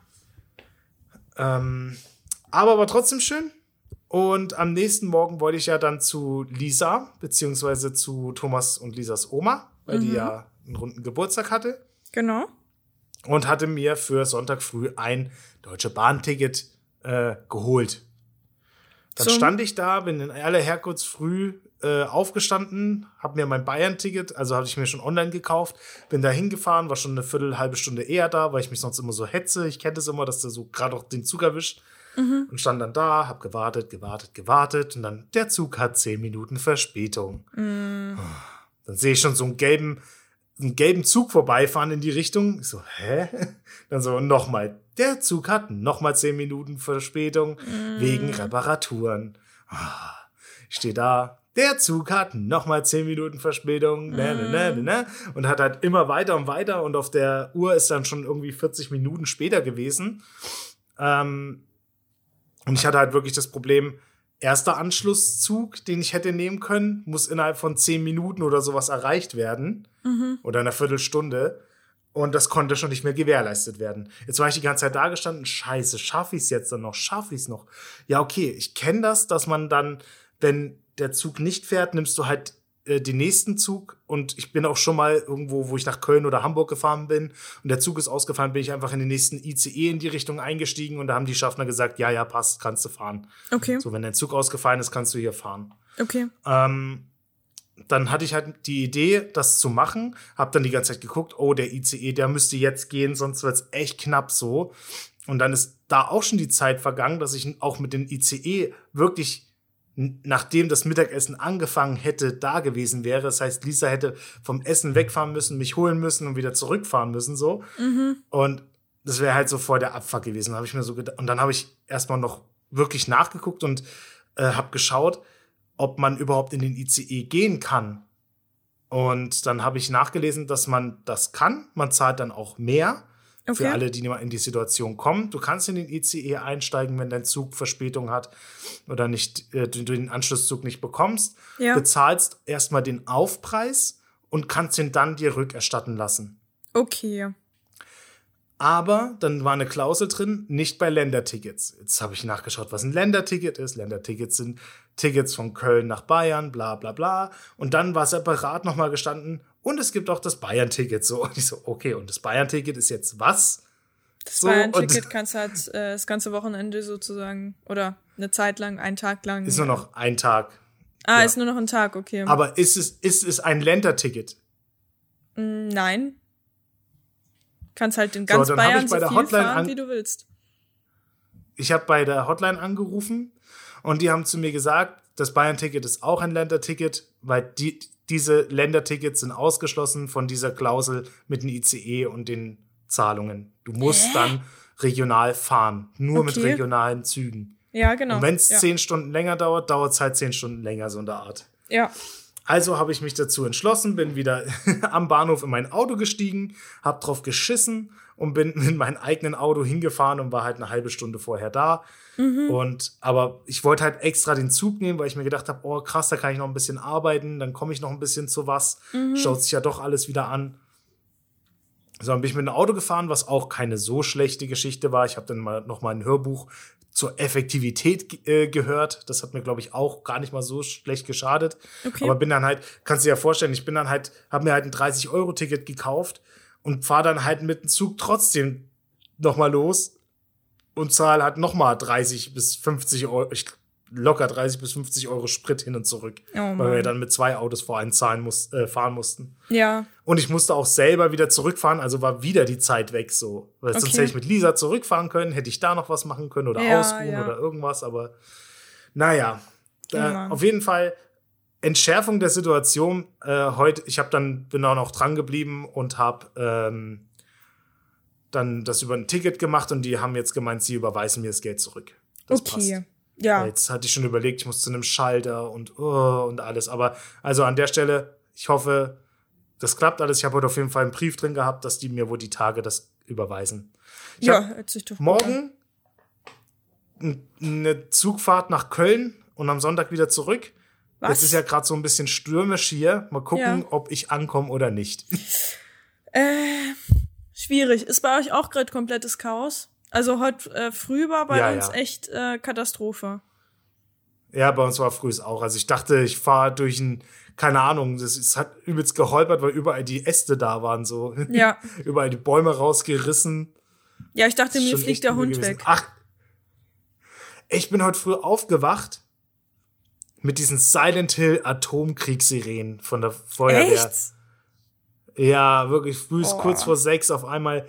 Aber war trotzdem schön. Und am nächsten Morgen wollte ich ja dann zu Lisa, beziehungsweise zu Thomas und Lisas Oma, weil die ja einen runden Geburtstag hatte. Genau. Und hatte mir für Sonntag früh ein Deutsche Bahn-Ticket geholt. Dann stand ich da, bin in aller Herkunft früh aufgestanden, habe mir mein Bayern-Ticket, also habe ich mir schon online gekauft, bin da hingefahren, war schon eine halbe Stunde eher da, weil ich mich sonst immer so hetze. Ich kenne das immer, dass der so gerade auch den Zug erwischt. Und stand dann da, hab gewartet. Und dann, der Zug hat 10 Minuten Verspätung. Dann sehe ich schon so einen gelben Zug vorbeifahren in die Richtung. Ich so, hä? Dann so, nochmal, der Zug hat nochmal 10 Minuten Verspätung wegen Reparaturen. Ich stehe da, der Zug hat nochmal 10 Minuten Verspätung. Und hat halt immer weiter und weiter. Und auf der Uhr ist dann schon irgendwie 40 Minuten später gewesen. Und ich hatte halt wirklich das Problem, erster Anschlusszug, den ich hätte nehmen können, muss innerhalb von 10 Minuten oder sowas erreicht werden. Oder einer Viertelstunde. Und das konnte schon nicht mehr gewährleistet werden. Jetzt war ich die ganze Zeit da gestanden, scheiße, schaffe ich es jetzt dann noch? Schaffe ich es noch? Ja, okay, ich kenne das, dass man dann, wenn der Zug nicht fährt, nimmst du halt den nächsten Zug. Und ich bin auch schon mal irgendwo, wo ich nach Köln oder Hamburg gefahren bin und der Zug ist ausgefallen, bin ich einfach in den nächsten ICE in die Richtung eingestiegen und da haben die Schaffner gesagt, ja, passt, kannst du fahren. Okay. So, wenn dein Zug ausgefallen ist, kannst du hier fahren. Okay. Dann hatte ich halt die Idee, das zu machen. Hab dann die ganze Zeit geguckt, oh, der ICE, der müsste jetzt gehen, sonst wird's echt knapp so. Und dann ist da auch schon die Zeit vergangen, dass ich auch mit dem ICE wirklich, nachdem das Mittagessen angefangen hätte, da gewesen wäre. Das heißt, Lisa hätte vom Essen wegfahren müssen, mich holen müssen und wieder zurückfahren müssen, so. Und das wäre halt so vor der Abfahrt gewesen. Da habe ich mir so gedacht, und dann habe ich erstmal noch wirklich nachgeguckt und habe geschaut, ob man überhaupt in den ICE gehen kann. Und dann habe ich nachgelesen, dass man das kann. Man zahlt dann auch mehr. Okay. Für alle, die in die Situation kommen. Du kannst in den ICE einsteigen, wenn dein Zug Verspätung hat oder nicht, du den Anschlusszug nicht bekommst. Ja. Bezahlst erstmal den Aufpreis und kannst ihn dann dir rückerstatten lassen. Okay. Aber dann war eine Klausel drin, nicht bei Ländertickets. Jetzt habe ich nachgeschaut, was ein Länderticket ist. Ländertickets sind Tickets von Köln nach Bayern, bla bla bla. Und dann war separat nochmal gestanden, und es gibt auch das Bayern-Ticket. So. Und ich so, okay, und das Bayern-Ticket ist jetzt was? Das so, Bayern-Ticket kannst du halt das ganze Wochenende sozusagen, oder eine Zeit lang, einen Tag lang. Ist nur noch ein Tag. Ah, ja. Ist nur noch ein Tag, okay. Aber ist es ein Länderticket? Nein. Kannst halt in ganz Bayern so viel fahren, wie du willst. Ich habe bei der Hotline angerufen und die haben zu mir gesagt, das Bayern-Ticket ist auch ein Länderticket, weil diese Ländertickets sind ausgeschlossen von dieser Klausel mit dem ICE und den Zahlungen. Du musst dann regional fahren, nur mit regionalen Zügen. Ja, genau. Und wenn es 10 Stunden länger dauert, dauert es halt 10 Stunden länger, so in der Art. Ja. Also habe ich mich dazu entschlossen, bin wieder am Bahnhof in mein Auto gestiegen, hab drauf geschissen und bin mit meinem eigenen Auto hingefahren und war halt eine halbe Stunde vorher da. Aber ich wollte halt extra den Zug nehmen, weil ich mir gedacht habe, oh krass, da kann ich noch ein bisschen arbeiten, dann komme ich noch ein bisschen zu was, schaut sich ja doch alles wieder an. So, dann bin ich mit einem Auto gefahren, was auch keine so schlechte Geschichte war. Ich habe dann noch mal ein Hörbuch zur Effektivität gehört. Das hat mir, glaube ich, auch gar nicht mal so schlecht geschadet. Okay. Aber bin dann halt, kannst du dir ja vorstellen, habe mir halt ein 30-Euro-Ticket gekauft und fahre dann halt mit dem Zug trotzdem noch mal los und zahle halt noch mal 30 bis 50 Euro, locker 30 bis 50 Euro Sprit hin und zurück. Weil wir dann mit 2 Autos vor einen fahren mussten. Ja. Und ich musste auch selber wieder zurückfahren, also war wieder die Zeit weg so. Weil sonst hätte ich mit Lisa zurückfahren können, hätte ich da noch was machen können oder ausruhen oder irgendwas, aber naja. Auf jeden Fall Entschärfung der Situation. Heute, bin auch noch dran geblieben und habe dann das über ein Ticket gemacht und die haben jetzt gemeint, sie überweisen mir das Geld zurück. Das passt. Ja. Jetzt hatte ich schon überlegt, ich muss zu einem Schalter und alles. Aber also an der Stelle, ich hoffe, das klappt alles. Ich habe heute auf jeden Fall einen Brief drin gehabt, dass die mir wohl die Tage das überweisen. Ich hört sich doch morgen eine Zugfahrt nach Köln und am Sonntag wieder zurück. Was? Jetzt ist ja gerade so ein bisschen stürmisch hier. Mal gucken, ob ich ankomme oder nicht. Schwierig. Ist bei euch auch gerade komplettes Chaos? Also heute früh war bei uns echt Katastrophe. Ja, bei uns war früh auch. Also ich dachte, ich fahre durch keine Ahnung, es hat übelst geholpert, weil überall die Äste da waren so. Ja. Überall die Bäume rausgerissen. Ja, ich dachte, mir fliegt der Hund weg. Ach, ich bin heute früh aufgewacht mit diesen Silent Hill Atomkriegssirenen von der Feuerwehr. Echt? Ja, wirklich früh, kurz vor 6 auf einmal.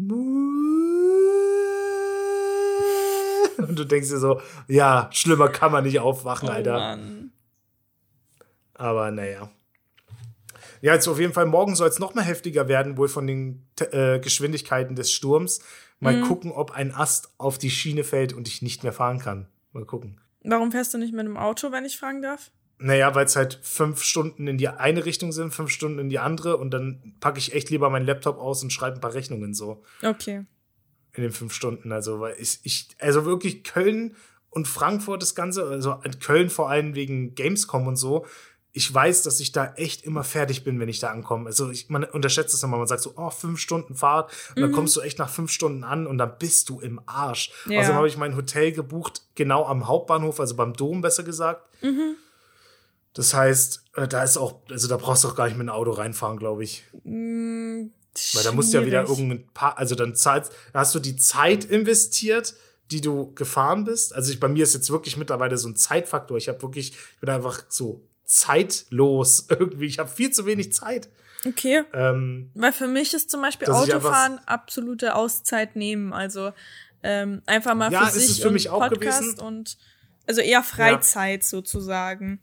Und du denkst dir so, ja, schlimmer kann man nicht aufwachen, Alter. Mann. Aber naja. Ja, jetzt auf jeden Fall, morgen soll es noch mal heftiger werden, wohl von den Geschwindigkeiten des Sturms. Mal gucken, ob ein Ast auf die Schiene fällt und ich nicht mehr fahren kann. Mal gucken. Warum fährst du nicht mit dem Auto, wenn ich fragen darf? Naja, weil es halt 5 Stunden in die eine Richtung sind, 5 Stunden in die andere und dann packe ich echt lieber meinen Laptop aus und schreibe ein paar Rechnungen so. Okay. In den 5 Stunden. Also, weil also wirklich Köln und Frankfurt das Ganze, also Köln vor allem wegen Gamescom und so. Ich weiß, dass ich da echt immer fertig bin, wenn ich da ankomme. Also man unterschätzt es immer. Man sagt so, 5 Stunden Fahrt und dann kommst du echt nach 5 Stunden an und dann bist du im Arsch. Ja. Also habe ich mein Hotel gebucht, genau am Hauptbahnhof, also beim Dom besser gesagt. Das heißt, da ist auch, also da brauchst du auch gar nicht mit dem Auto reinfahren, glaube ich. Weil da musst du ja wieder irgendein paar, also dann hast du die Zeit investiert, die du gefahren bist. Also bei mir ist jetzt wirklich mittlerweile so ein Zeitfaktor. Ich bin einfach so zeitlos irgendwie. Ich habe viel zu wenig Zeit. Okay. Weil für mich ist zum Beispiel Autofahren absolute Auszeit nehmen. Also Einfach mal Ja, für ist es sich für und mich auch Podcast gewesen. und also eher Freizeit sozusagen.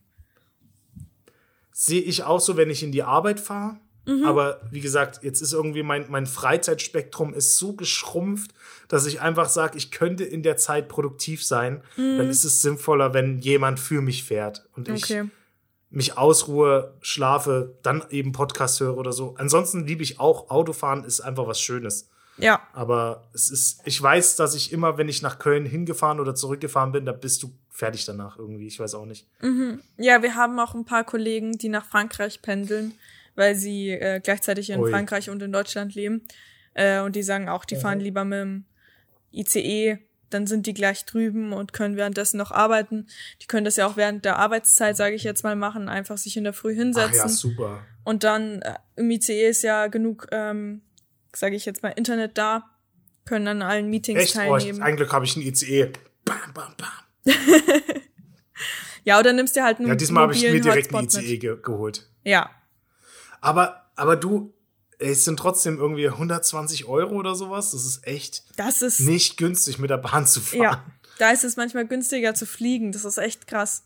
Sehe ich auch so, wenn ich in die Arbeit fahre. Aber wie gesagt, jetzt ist irgendwie mein Freizeitspektrum ist so geschrumpft, dass ich einfach sage, ich könnte in der Zeit produktiv sein. Dann ist es sinnvoller, wenn jemand für mich fährt und ich mich ausruhe, schlafe, dann eben Podcast höre oder so. Ansonsten liebe ich auch Autofahren, ist einfach was Schönes. Ja. Aber ich weiß, dass ich immer, wenn ich nach Köln hingefahren oder zurückgefahren bin, da bist du fertig danach irgendwie. Ich weiß auch nicht. Ja, wir haben auch ein paar Kollegen, die nach Frankreich pendeln, weil sie gleichzeitig in Frankreich und in Deutschland leben. Und die sagen auch, die fahren lieber mit dem ICE, dann sind die gleich drüben und können währenddessen noch arbeiten. Die können das ja auch während der Arbeitszeit, sage ich jetzt mal, machen, einfach sich in der Früh hinsetzen. Ach ja, super. Und dann im ICE ist ja genug, sage ich jetzt mal, Internet da, können an allen Meetings teilnehmen. Ein Glück habe ich ein ICE. Bam, bam, bam. Ja, oder nimmst dir halt einen diesmal habe ich mir direkt einen Hotspot ICE geholt. Ja. Aber du, es sind trotzdem irgendwie 120 € oder sowas. Das ist echt nicht günstig, mit der Bahn zu fahren. Ja, da ist es manchmal günstiger zu fliegen. Das ist echt krass.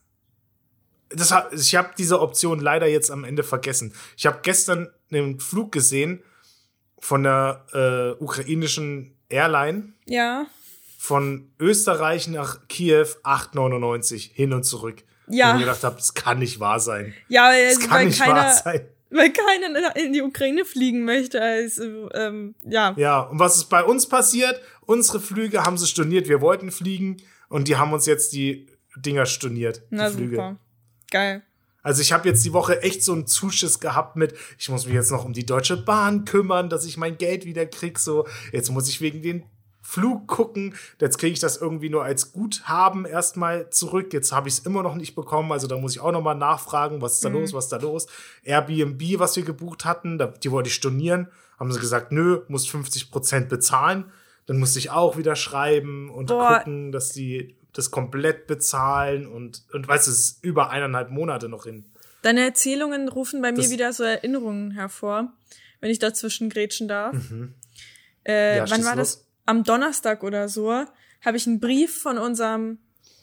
Ich habe diese Option leider jetzt am Ende vergessen. Ich habe gestern einen Flug gesehen von der ukrainischen Airline. Ja. Von Österreich nach Kiew 8,99 hin und zurück. Ja. Und ich mir gedacht habe, das kann nicht wahr sein. Ja, das kann nicht wahr sein. Weil keiner in die Ukraine fliegen möchte. Also, ja. Ja, und was ist bei uns passiert? Unsere Flüge haben sie storniert. Wir wollten fliegen und die haben uns jetzt die Dinger storniert. Na die Flüge. Super. Geil. Also ich habe jetzt die Woche echt so einen Zuschiss gehabt mit, ich muss mich jetzt noch um die Deutsche Bahn kümmern, dass ich mein Geld wieder krieg. So, jetzt muss ich wegen den Flug gucken. Jetzt kriege ich das irgendwie nur als Guthaben erstmal zurück. Jetzt habe ich es immer noch nicht bekommen. Also da muss ich auch noch mal nachfragen, was ist da los, was ist da los. Airbnb, was wir gebucht hatten, die wollte ich stornieren. Haben sie gesagt, nö, musst 50% bezahlen. Dann musste ich auch wieder schreiben und gucken, dass die das komplett bezahlen. Und weißt du, es ist über 1,5 Monate noch hin. Deine Erzählungen rufen bei mir wieder so Erinnerungen hervor, wenn ich dazwischen grätschen darf. Ja, wann war das? Am Donnerstag oder so habe ich einen Brief von unserem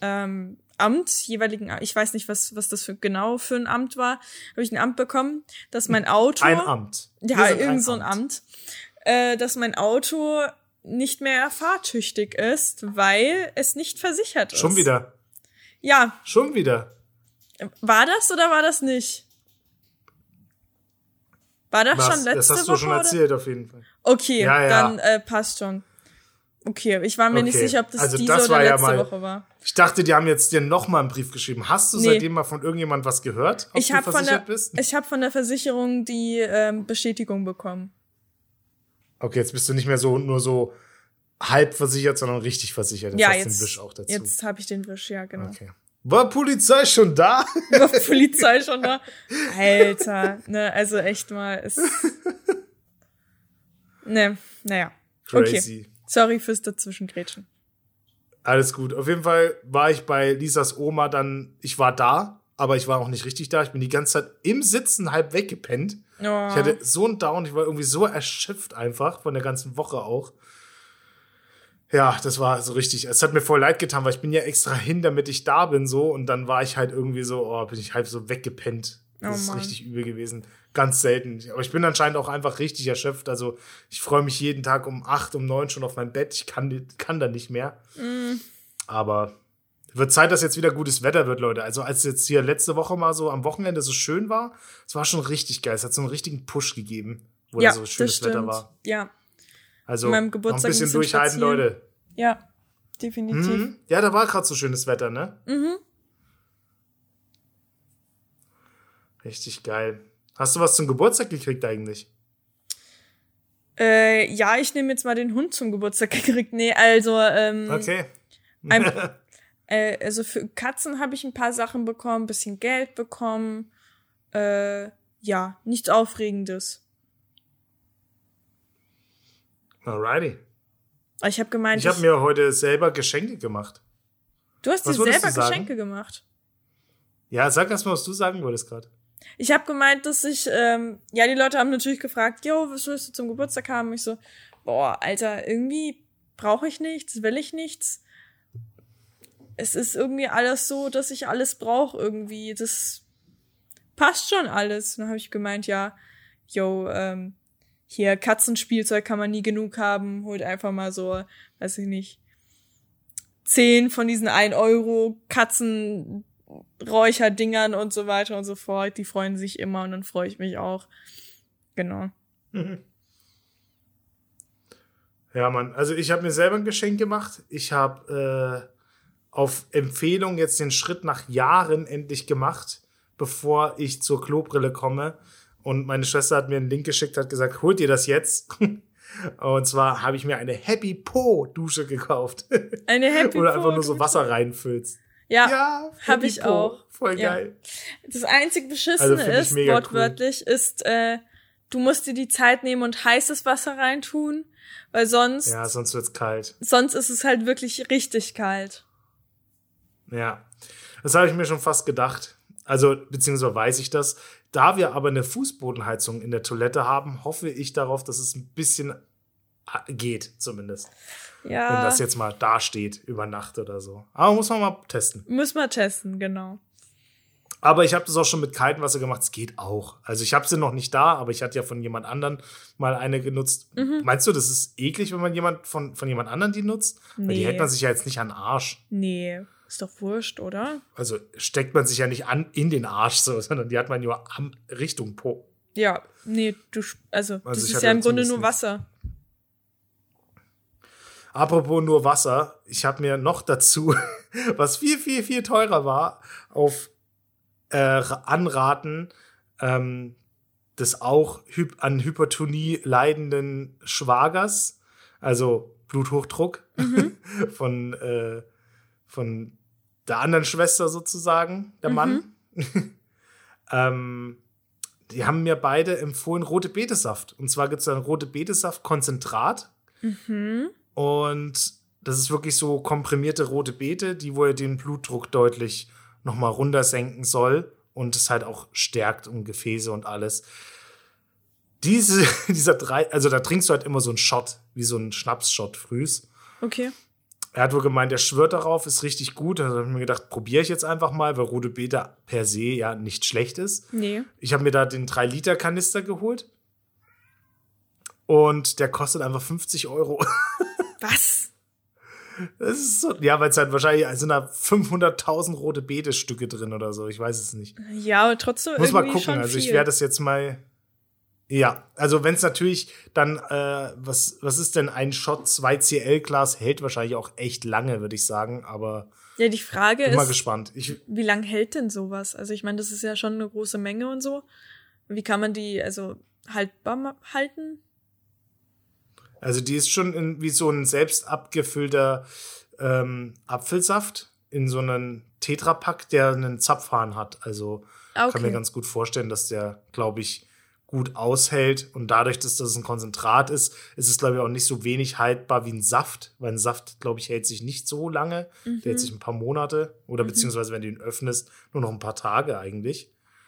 jeweiligen, ich weiß nicht, was das genau für ein Amt war, habe ich ein Amt bekommen, dass mein Auto... Ein Amt. Ja, irgend so ein Amt. Dass mein Auto nicht mehr fahrtüchtig ist, weil es nicht versichert ist. Schon wieder? Ja. Schon wieder? War das oder war das nicht? War das schon letzte Woche? Das hast du schon erzählt, auf jeden Fall. Okay, ja. Dann passt schon. Okay, ich war mir nicht sicher, ob das also diese das oder letzte ja Woche war. Ich dachte, die haben jetzt dir noch mal einen Brief geschrieben. Hast du seitdem mal von irgendjemandem was gehört, ob du versichert bist? Ich habe von der Versicherung die Bestätigung bekommen. Okay, jetzt bist du nicht mehr nur so halb versichert, sondern richtig versichert. Jetzt ja, hast du den Wisch auch dazu. Jetzt habe ich den Wisch, ja, genau. Okay. War Polizei schon da? War Polizei schon da? Alter, ne, also echt mal, ne, naja. Crazy. Okay. Sorry fürs Dazwischengrätschen. Alles gut. Auf jeden Fall war ich bei Lisas Oma dann, ich war da, aber ich war auch nicht richtig da. Ich bin die ganze Zeit im Sitzen halb weggepennt. Oh. Ich hatte so einen Down, ich war irgendwie so erschöpft einfach von der ganzen Woche auch. Ja, das war so richtig, es hat mir voll leid getan, weil ich bin ja extra hin, damit ich da bin so und dann war ich halt irgendwie so, bin ich halb so weggepennt. Das ist richtig übel gewesen. Ganz selten. Aber ich bin anscheinend auch einfach richtig erschöpft. Also ich freue mich jeden Tag um 8, um 9 schon auf mein Bett. Ich kann da nicht mehr. Aber wird Zeit, dass jetzt wieder gutes Wetter wird, Leute. Also als jetzt hier letzte Woche mal so am Wochenende so schön war, es war schon richtig geil. Es hat so einen richtigen Push gegeben, wo da so schönes Wetter war. Ja. Also noch ein bisschen durchhalten, Leute. Ja, definitiv. Ja, da war gerade so schönes Wetter, ne? Richtig geil. Hast du was zum Geburtstag gekriegt eigentlich? Ja, ich nehme jetzt mal den Hund zum Geburtstag gekriegt. Nee, also okay. Also für Katzen habe ich ein paar Sachen bekommen, ein bisschen Geld bekommen. Ja, nichts Aufregendes. Alrighty. Ich habe gemeint, ich habe mir heute selber Geschenke gemacht. Du hast dir selber Geschenke gemacht? Ja, sag erst mal, was du sagen wolltest gerade. Ich habe gemeint, dass die Leute haben natürlich gefragt, was willst du zum Geburtstag haben? Und ich so, boah, Alter, irgendwie brauche ich nichts, will ich nichts. Es ist irgendwie alles so, dass ich alles brauche irgendwie. Das passt schon alles. Dann habe ich gemeint, ja, hier Katzenspielzeug kann man nie genug haben. Holt einfach mal so, weiß ich nicht, 10 von diesen 1 Euro Katzenräucherdingern und so weiter und so fort. Die freuen sich immer und dann freue ich mich auch. Genau. Ja, Mann. Also ich habe mir selber ein Geschenk gemacht. Ich habe auf Empfehlung jetzt den Schritt nach Jahren endlich gemacht, bevor ich zur Klobrille komme. Und meine Schwester hat mir einen Link geschickt, hat gesagt, holt ihr das jetzt? Und zwar habe ich mir eine Happy Po Dusche gekauft. Eine Happy Po Oder einfach nur so Wasser reinfüllst. Ja, habe ich auch. Voll geil. Das einzig Beschissene ist, wortwörtlich, cool. Ist, du musst dir die Zeit nehmen und heißes Wasser reintun, weil sonst... Ja, sonst wird's kalt. Sonst ist es halt wirklich richtig kalt. Ja, das habe ich mir schon fast gedacht. Also, beziehungsweise weiß ich das. Da wir aber eine Fußbodenheizung in der Toilette haben, hoffe ich darauf, dass es ein bisschen geht, zumindest. Ja. Wenn das jetzt mal dasteht über Nacht oder so. Aber muss man mal testen. Muss man testen, genau. Aber ich habe das auch schon mit kaltem Wasser gemacht. Es geht auch. Also ich habe sie noch nicht da, aber ich hatte ja von jemand anderem mal eine genutzt. Meinst du, das ist eklig, wenn man von jemand anderem die nutzt? Nee. Weil die hält man sich ja jetzt nicht an den Arsch. Nee, ist doch wurscht, oder? Also steckt man sich ja nicht in den Arsch so, sondern die hat man nur Richtung Po. Ja, nee, das ist ja im Grunde nur Wasser. Apropos nur Wasser, ich habe mir noch dazu, was viel, viel, viel teurer war, auf Anraten des auch an Hypertonie leidenden Schwagers, also Bluthochdruck, von der anderen Schwester sozusagen, der Mann. Die haben mir beide empfohlen rote Betesaft. Und zwar gibt es dann rote Betesaft-Konzentrat. Und das ist wirklich so komprimierte rote Beete, die wohl den Blutdruck deutlich nochmal runtersenken soll und es halt auch stärkt und Gefäße und alles. Also da trinkst du halt immer so einen Shot, wie so einen Schnapsshot frühs. Okay. Er hat wohl gemeint, er schwört darauf, ist richtig gut. Also habe ich mir gedacht, probiere ich jetzt einfach mal, weil rote Beete per se ja nicht schlecht ist. Nee. Ich habe mir da den 3-Liter-Kanister geholt und der kostet einfach 50 Euro. Was? Das ist so, ja, weil es halt wahrscheinlich sind da 500.000 rote Beete-Stücke drin oder so. Ich weiß es nicht. Ja, aber trotzdem muss irgendwie mal gucken. schon Also ich viel. werde das jetzt mal. Ja, also wenn es natürlich dann, was ist denn ein Shot 2CL-Glas? Hält wahrscheinlich auch echt lange, würde ich sagen. Aber ja, die Frage bin ist, mal gespannt. Wie lange hält denn sowas? Also ich meine, das ist ja schon eine große Menge und so. Wie kann man die also haltbar halten? Also die ist schon wie so ein selbst abgefüllter Apfelsaft in so einem Tetrapack, der einen Zapfhahn hat. Also kann mir ganz gut vorstellen, dass der, glaube ich, gut aushält. Und dadurch, dass das ein Konzentrat ist, ist es, glaube ich, auch nicht so wenig haltbar wie ein Saft. Weil ein Saft, glaube ich, hält sich nicht so lange. Der hält sich ein paar Monate. Oder beziehungsweise, wenn du ihn öffnest, nur noch ein paar Tage eigentlich.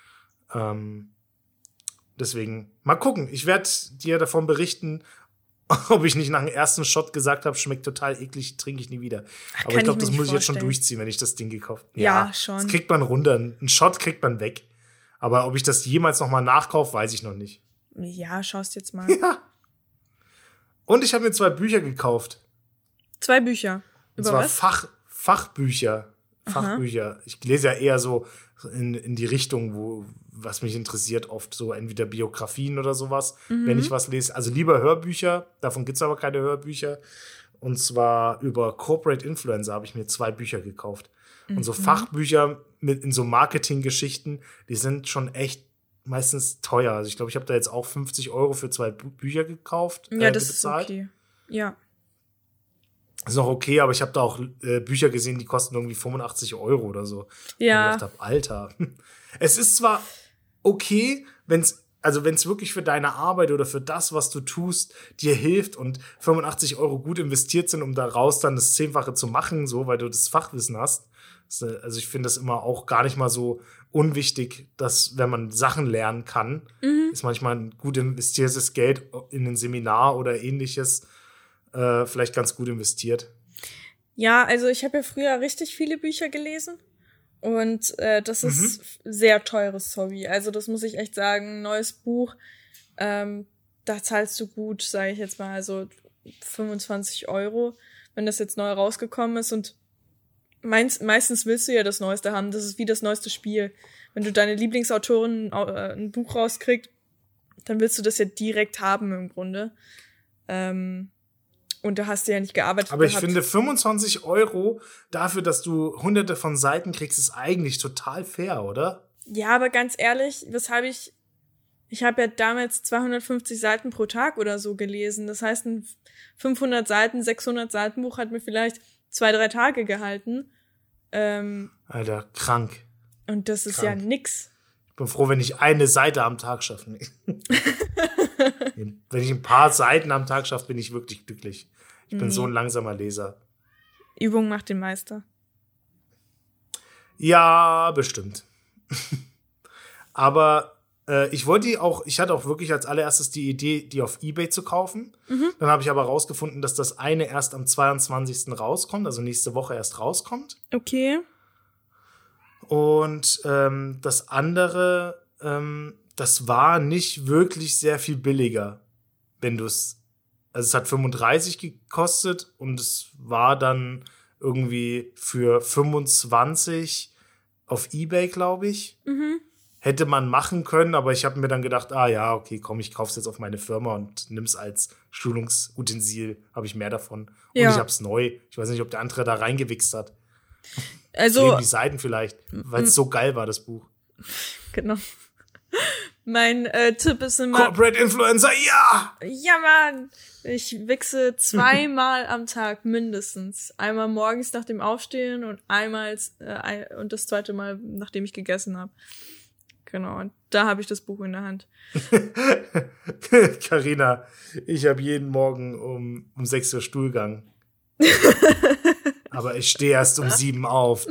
Deswegen, mal gucken. Ich werde dir davon berichten, ob ich nicht nach dem ersten Shot gesagt habe, schmeckt total eklig, trinke ich nie wieder. Aber ich glaube, das muss ich jetzt schon durchziehen, wenn ich das Ding gekauft habe. Ja, schon. Das kriegt man runter. Einen Shot kriegt man weg. Aber ob ich das jemals noch mal nachkaufe, weiß ich noch nicht. Ja, schaust jetzt mal. Ja. Und ich habe mir 2 Bücher gekauft. 2 Bücher. Und zwar Fachbücher. Fachbücher. Ich lese ja eher so in die Richtung, was mich interessiert, oft so entweder Biografien oder sowas, wenn ich was lese. Also lieber Hörbücher, davon gibt es aber keine Hörbücher. Und zwar über Corporate Influencer habe ich mir 2 Bücher gekauft. Und so Fachbücher in so Marketinggeschichten, die sind schon echt meistens teuer. Also ich glaube, ich habe da jetzt auch 50 Euro für 2 Bücher gekauft. Ja, das bezahlt. ist okay. Ja. Ist noch okay, aber ich habe da auch Bücher gesehen, die kosten irgendwie 85 Euro oder so. Ja. Und ich dachte, Alter. Es ist zwar okay, wenn es wirklich für deine Arbeit oder für das, was du tust, dir hilft und 85 Euro gut investiert sind, um daraus dann das 10-fache zu machen, so, weil du das Fachwissen hast. Also ich finde das immer auch gar nicht mal so unwichtig, dass, wenn man Sachen lernen kann, ist manchmal ein gut investiertes Geld in ein Seminar oder ähnliches vielleicht ganz gut investiert. Ja, also ich habe ja früher richtig viele Bücher gelesen. Und das ist sehr teures Hobby. Also das muss ich echt sagen. Ein neues Buch, da zahlst du gut, sage ich jetzt mal, also 25 €, wenn das jetzt neu rausgekommen ist. Und meistens willst du ja das Neueste haben. Das ist wie das neueste Spiel. Wenn du deine Lieblingsautorin ein Buch rauskriegst, dann willst du das ja direkt haben im Grunde. Und da hast du ja nicht gearbeitet. Aber ich finde 25 € dafür, dass du hunderte von Seiten kriegst, ist eigentlich total fair, oder? Ja, aber ganz ehrlich, ich habe ja damals 250 Seiten pro Tag oder so gelesen. Das heißt, ein 500 Seiten, 600 Seiten Buch hat mir vielleicht 2-3 Tage gehalten. Alter, krank. Und das ist ja nix. Ich bin froh, wenn ich eine Seite am Tag schaffe. Wenn ich ein paar Seiten am Tag schaffe, bin ich wirklich glücklich. Ich bin so ein langsamer Leser. Übung macht den Meister. Ja, bestimmt. Aber ich hatte auch wirklich als allererstes die Idee, die auf eBay zu kaufen. Dann habe ich aber rausgefunden, dass das eine erst am 22. rauskommt, also nächste Woche erst rauskommt. Okay. Und das andere, das war nicht wirklich sehr viel billiger, also es hat 35 gekostet und es war dann irgendwie für 25 auf eBay, glaube ich. Hätte man machen können, aber ich habe mir dann gedacht, ja, okay, komm, ich kauf's jetzt auf meine Firma und nimm's als Schulungsutensil, habe ich mehr davon. Und ich hab's neu. Ich weiß nicht, ob der andere da reingewichst hat. Also die Seiten vielleicht, weil es so geil war, das Buch. Genau. Mein Tipp ist immer... Corporate Influencer, ja! Ja, Mann! Ich wichse 2-mal am Tag mindestens. Einmal morgens nach dem Aufstehen und und das zweite Mal, nachdem ich gegessen habe. Genau, und da habe ich das Buch in der Hand. Carina, ich habe jeden Morgen um 6 Uhr Stuhlgang. Aber ich stehe erst um 7 auf.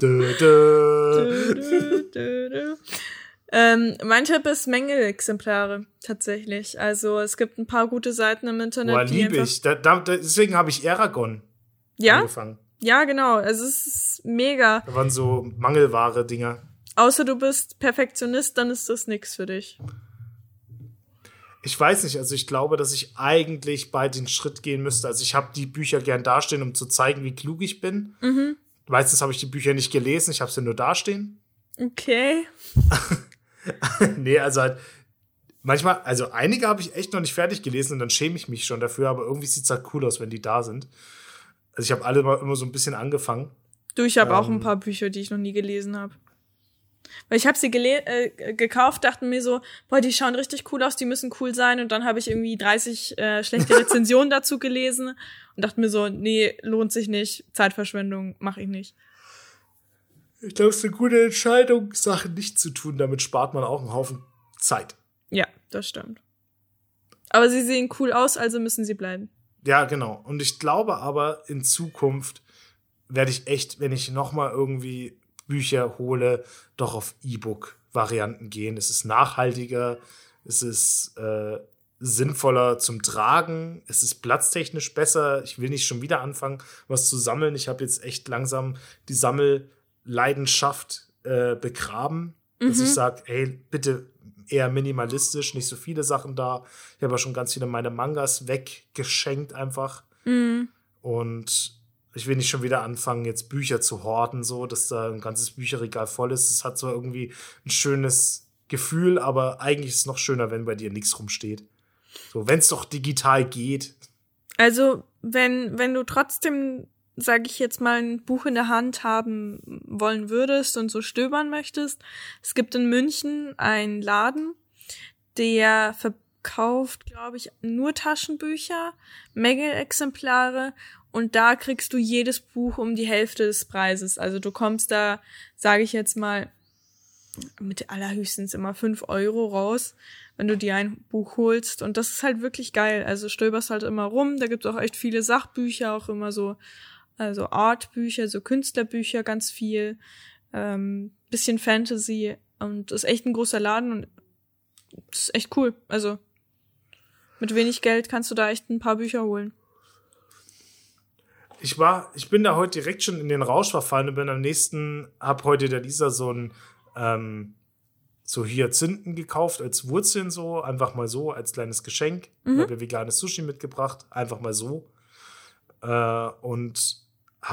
Mein Tipp ist Mängelexemplare, tatsächlich. Also es gibt ein paar gute Seiten im Internet. Boah, liebe ich. Deswegen habe ich Eragon angefangen. Ja, genau. Also es ist mega. Da waren so Mangelware-Dinger. Außer du bist Perfektionist, dann ist das nix für dich. Ich weiß nicht, also ich glaube, dass ich eigentlich bald den Schritt gehen müsste. Also ich habe die Bücher gern dastehen, um zu zeigen, wie klug ich bin. Meistens habe ich die Bücher nicht gelesen, ich habe sie nur dastehen. Okay. Nee, also halt manchmal, also einige habe ich echt noch nicht fertig gelesen und dann schäme ich mich schon dafür, aber irgendwie sieht es halt cool aus, wenn die da sind. Also ich habe alle immer so ein bisschen angefangen. Du, ich habe auch ein paar Bücher, die ich noch nie gelesen habe. Weil ich habe sie gekauft, dachte mir so, boah, die schauen richtig cool aus, die müssen cool sein. Und dann habe ich irgendwie 30 schlechte Rezensionen dazu gelesen und dachte mir so, nee, lohnt sich nicht, Zeitverschwendung, mache ich nicht. Ich glaube, es ist eine gute Entscheidung, Sachen nicht zu tun. Damit spart man auch einen Haufen Zeit. Ja, das stimmt. Aber sie sehen cool aus, also müssen sie bleiben. Ja, genau. Und ich glaube aber, in Zukunft werde ich echt, wenn ich nochmal irgendwie Bücher hole, doch auf E-Book-Varianten gehen. Es ist nachhaltiger, es ist sinnvoller zum Tragen, es ist platztechnisch besser. Ich will nicht schon wieder anfangen, was zu sammeln. Ich habe jetzt echt langsam die Sammelleidenschaft begraben, dass ich sage, hey, bitte eher minimalistisch, nicht so viele Sachen da. Ich habe ja schon ganz viele meiner Mangas weggeschenkt einfach. Und ich will nicht schon wieder anfangen, jetzt Bücher zu horten, so, dass da ein ganzes Bücherregal voll ist. Das hat zwar irgendwie ein schönes Gefühl, aber eigentlich ist es noch schöner, wenn bei dir nichts rumsteht. So, wenn es doch digital geht. Also, wenn du trotzdem, sage ich jetzt mal, ein Buch in der Hand haben wollen würdest und so stöbern möchtest, es gibt in München einen Laden, der verkauft, glaube ich, nur Taschenbücher, Mängelexemplare. Und da kriegst du jedes Buch um die Hälfte des Preises. Also du kommst da, sage ich jetzt mal, mit allerhöchstens immer 5 € raus, wenn du dir ein Buch holst. Und das ist halt wirklich geil. Also stöberst halt immer rum. Da gibt's auch echt viele Sachbücher, auch immer so, also Artbücher, so Künstlerbücher, ganz viel. Bisschen Fantasy. Und ist echt ein großer Laden und das ist echt cool. Also mit wenig Geld kannst du da echt ein paar Bücher holen. ich bin da heute direkt schon in den Rausch verfallen und bin hab heute der Lisa so ein so Hyazinthen gekauft als Wurzeln so, einfach mal so, als kleines Geschenk. Ich habe ja veganes Sushi mitgebracht, einfach mal so. Und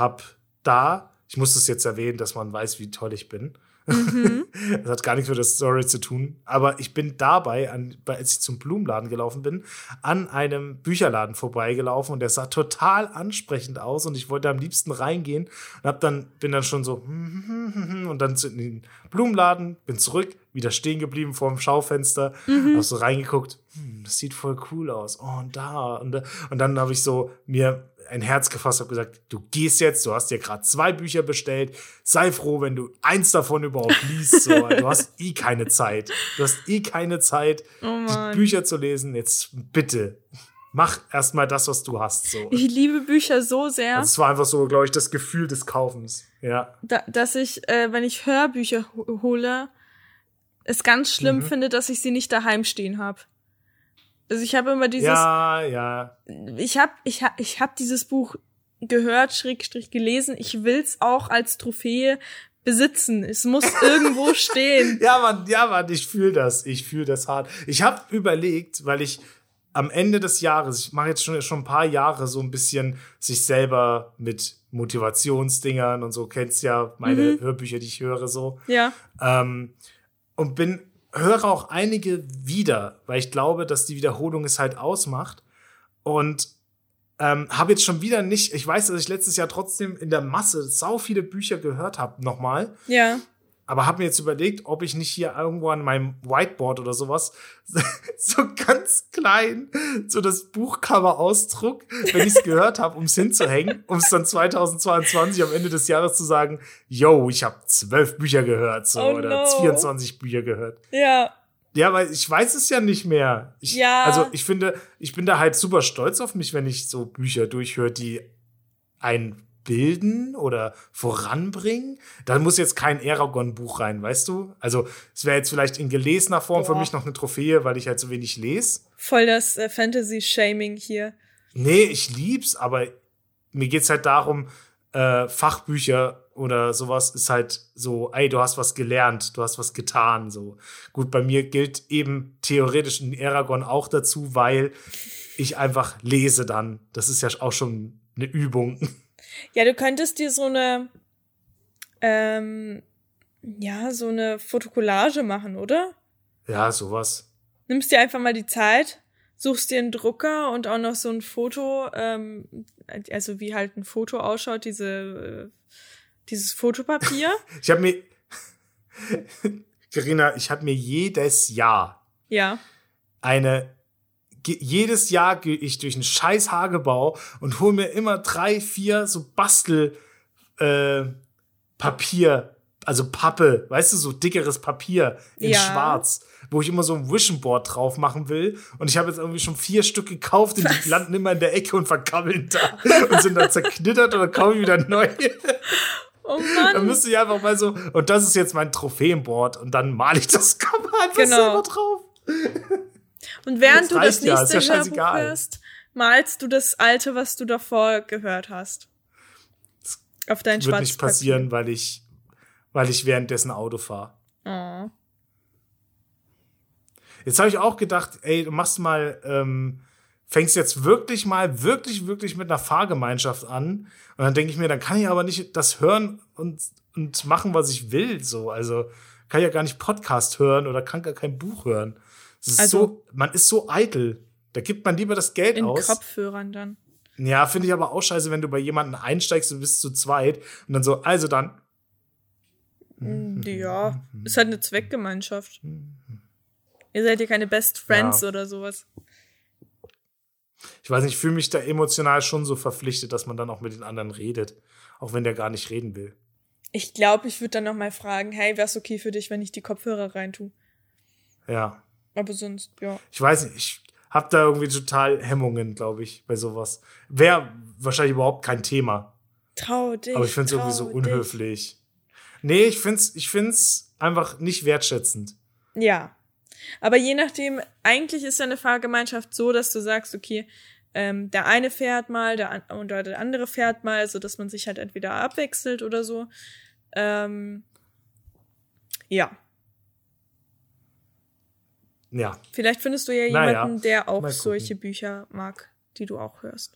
ich muss das jetzt erwähnen, dass man weiß, wie toll ich bin. Das hat gar nichts mit der Story zu tun. Aber ich bin dabei, als ich zum Blumenladen gelaufen bin, an einem Bücherladen vorbeigelaufen und der sah total ansprechend aus und ich wollte am liebsten reingehen und bin dann schon so und dann in den Blumenladen, bin zurück, wieder stehen geblieben vor dem Schaufenster, hab so reingeguckt, das sieht voll cool aus. Oh, und da. Und dann habe ich so mir ein Herz gefasst, habe gesagt, du gehst jetzt, du hast dir gerade 2 Bücher bestellt, sei froh, wenn du eins davon überhaupt liest. So. Du hast keine Zeit. Die Bücher zu lesen. Jetzt bitte, mach erstmal das, was du hast. So. Ich liebe Bücher so sehr. Das war einfach so, glaube ich, das Gefühl des Kaufens. Ja. Dass ich, wenn ich Hörbücher hole, es ganz schlimm finde, dass ich sie nicht daheim stehen habe. Also ich habe immer dieses. Ja. Ich hab dieses Buch gehört, / gelesen. Ich will's auch als Trophäe besitzen. Es muss irgendwo stehen. Ja, Mann, ich fühle das. Ich fühle das hart. Ich habe überlegt, weil ich am Ende des Jahres, ich mache jetzt schon ein paar Jahre so ein bisschen sich selber mit Motivationsdingern und so, kennst ja meine Hörbücher, die ich höre so. Ja. Und höre auch einige wieder, weil ich glaube, dass die Wiederholung es halt ausmacht. Und habe jetzt schon wieder nicht, ich weiß, dass ich letztes Jahr trotzdem in der Masse sau viele Bücher gehört habe, nochmal. Ja. Aber habe mir jetzt überlegt, ob ich nicht hier irgendwo an meinem Whiteboard oder sowas so ganz klein so das Buchcover ausdruck, wenn ich es gehört habe, um es hinzuhängen, um es dann 2022 am Ende des Jahres zu sagen, yo, ich habe 12 Bücher gehört so, oder 24 Bücher gehört. Ja. Ja, weil ich weiß es ja nicht mehr. Also ich finde, ich bin da halt super stolz auf mich, wenn ich so Bücher durchhöre, die einen bilden oder voranbringen. Da muss jetzt kein Eragon-Buch rein, weißt du? Also es wäre jetzt vielleicht in gelesener Form für mich noch eine Trophäe, weil ich halt so wenig lese. Voll das Fantasy-Shaming hier. Nee, ich lieb's, aber mir geht's halt darum, Fachbücher oder sowas ist halt so, ey, du hast was gelernt, du hast was getan, so. Gut, bei mir gilt eben theoretisch ein Eragon auch dazu, weil ich einfach lese dann. Das ist ja auch schon eine Übung. Ja, du könntest dir so eine Fotokollage machen, oder? Ja, sowas. Nimmst dir einfach mal die Zeit, suchst dir einen Drucker und auch noch so ein Foto, also wie halt ein Foto ausschaut, dieses Fotopapier. Carina, ich habe mir jedes Jahr jedes Jahr gehe ich durch einen scheiß Hagebau und hole mir immer 3, 4 so Papier, also Pappe, weißt du, so dickeres Papier in schwarz, wo ich immer so ein Vision Board drauf machen will. Und ich habe jetzt irgendwie schon 4 Stück gekauft und die landen immer in der Ecke und verkabbeln da und sind dann zerknittert und dann kaufe ich wieder neue. Oh Mann. Dann müsste ich einfach mal so, und das ist jetzt mein Trophäenboard und dann male ich das Cover einfach selber drauf. Und während du das ja, nächste Hörbuch hörst, malst du das alte, was du davor gehört hast. Auf dein schwarzes Papier. Wird nicht passieren, weil ich währenddessen Auto fahre. Oh. Jetzt habe ich auch gedacht, ey, du machst mal, fängst jetzt wirklich mit einer Fahrgemeinschaft an. Und dann denke ich mir, dann kann ich aber nicht das hören und machen, was ich will. So. Also kann ich ja gar nicht Podcast hören oder kann gar kein Buch hören. Man ist so eitel. Da gibt man lieber das Geld aus. In Kopfhörern dann. Ja, finde ich aber auch scheiße, wenn du bei jemandem einsteigst und bist zu zweit und dann so, also dann. Ja, ist halt eine Zweckgemeinschaft. Ihr seid ja keine Best Friends oder sowas. Ich weiß nicht, ich fühle mich da emotional schon so verpflichtet, dass man dann auch mit den anderen redet. Auch wenn der gar nicht reden will. Ich glaube, ich würde dann noch mal fragen, hey, wär's okay für dich, wenn ich die Kopfhörer reintue? Ja. Aber sonst, ja. Ich weiß nicht, ich habe da irgendwie total Hemmungen, glaube ich, bei sowas. Wäre wahrscheinlich überhaupt kein Thema. Trau dich. Aber ich finde es irgendwie so unhöflich. Nee, ich find's einfach nicht wertschätzend. Ja. Aber je nachdem, eigentlich ist ja eine Fahrgemeinschaft so, dass du sagst, okay, der eine fährt mal, oder der andere fährt mal, so dass man sich halt entweder abwechselt oder so. Ja. Ja. Vielleicht findest du ja Naja, jemanden, der auch mal gucken. solche Bücher mag, die du auch hörst.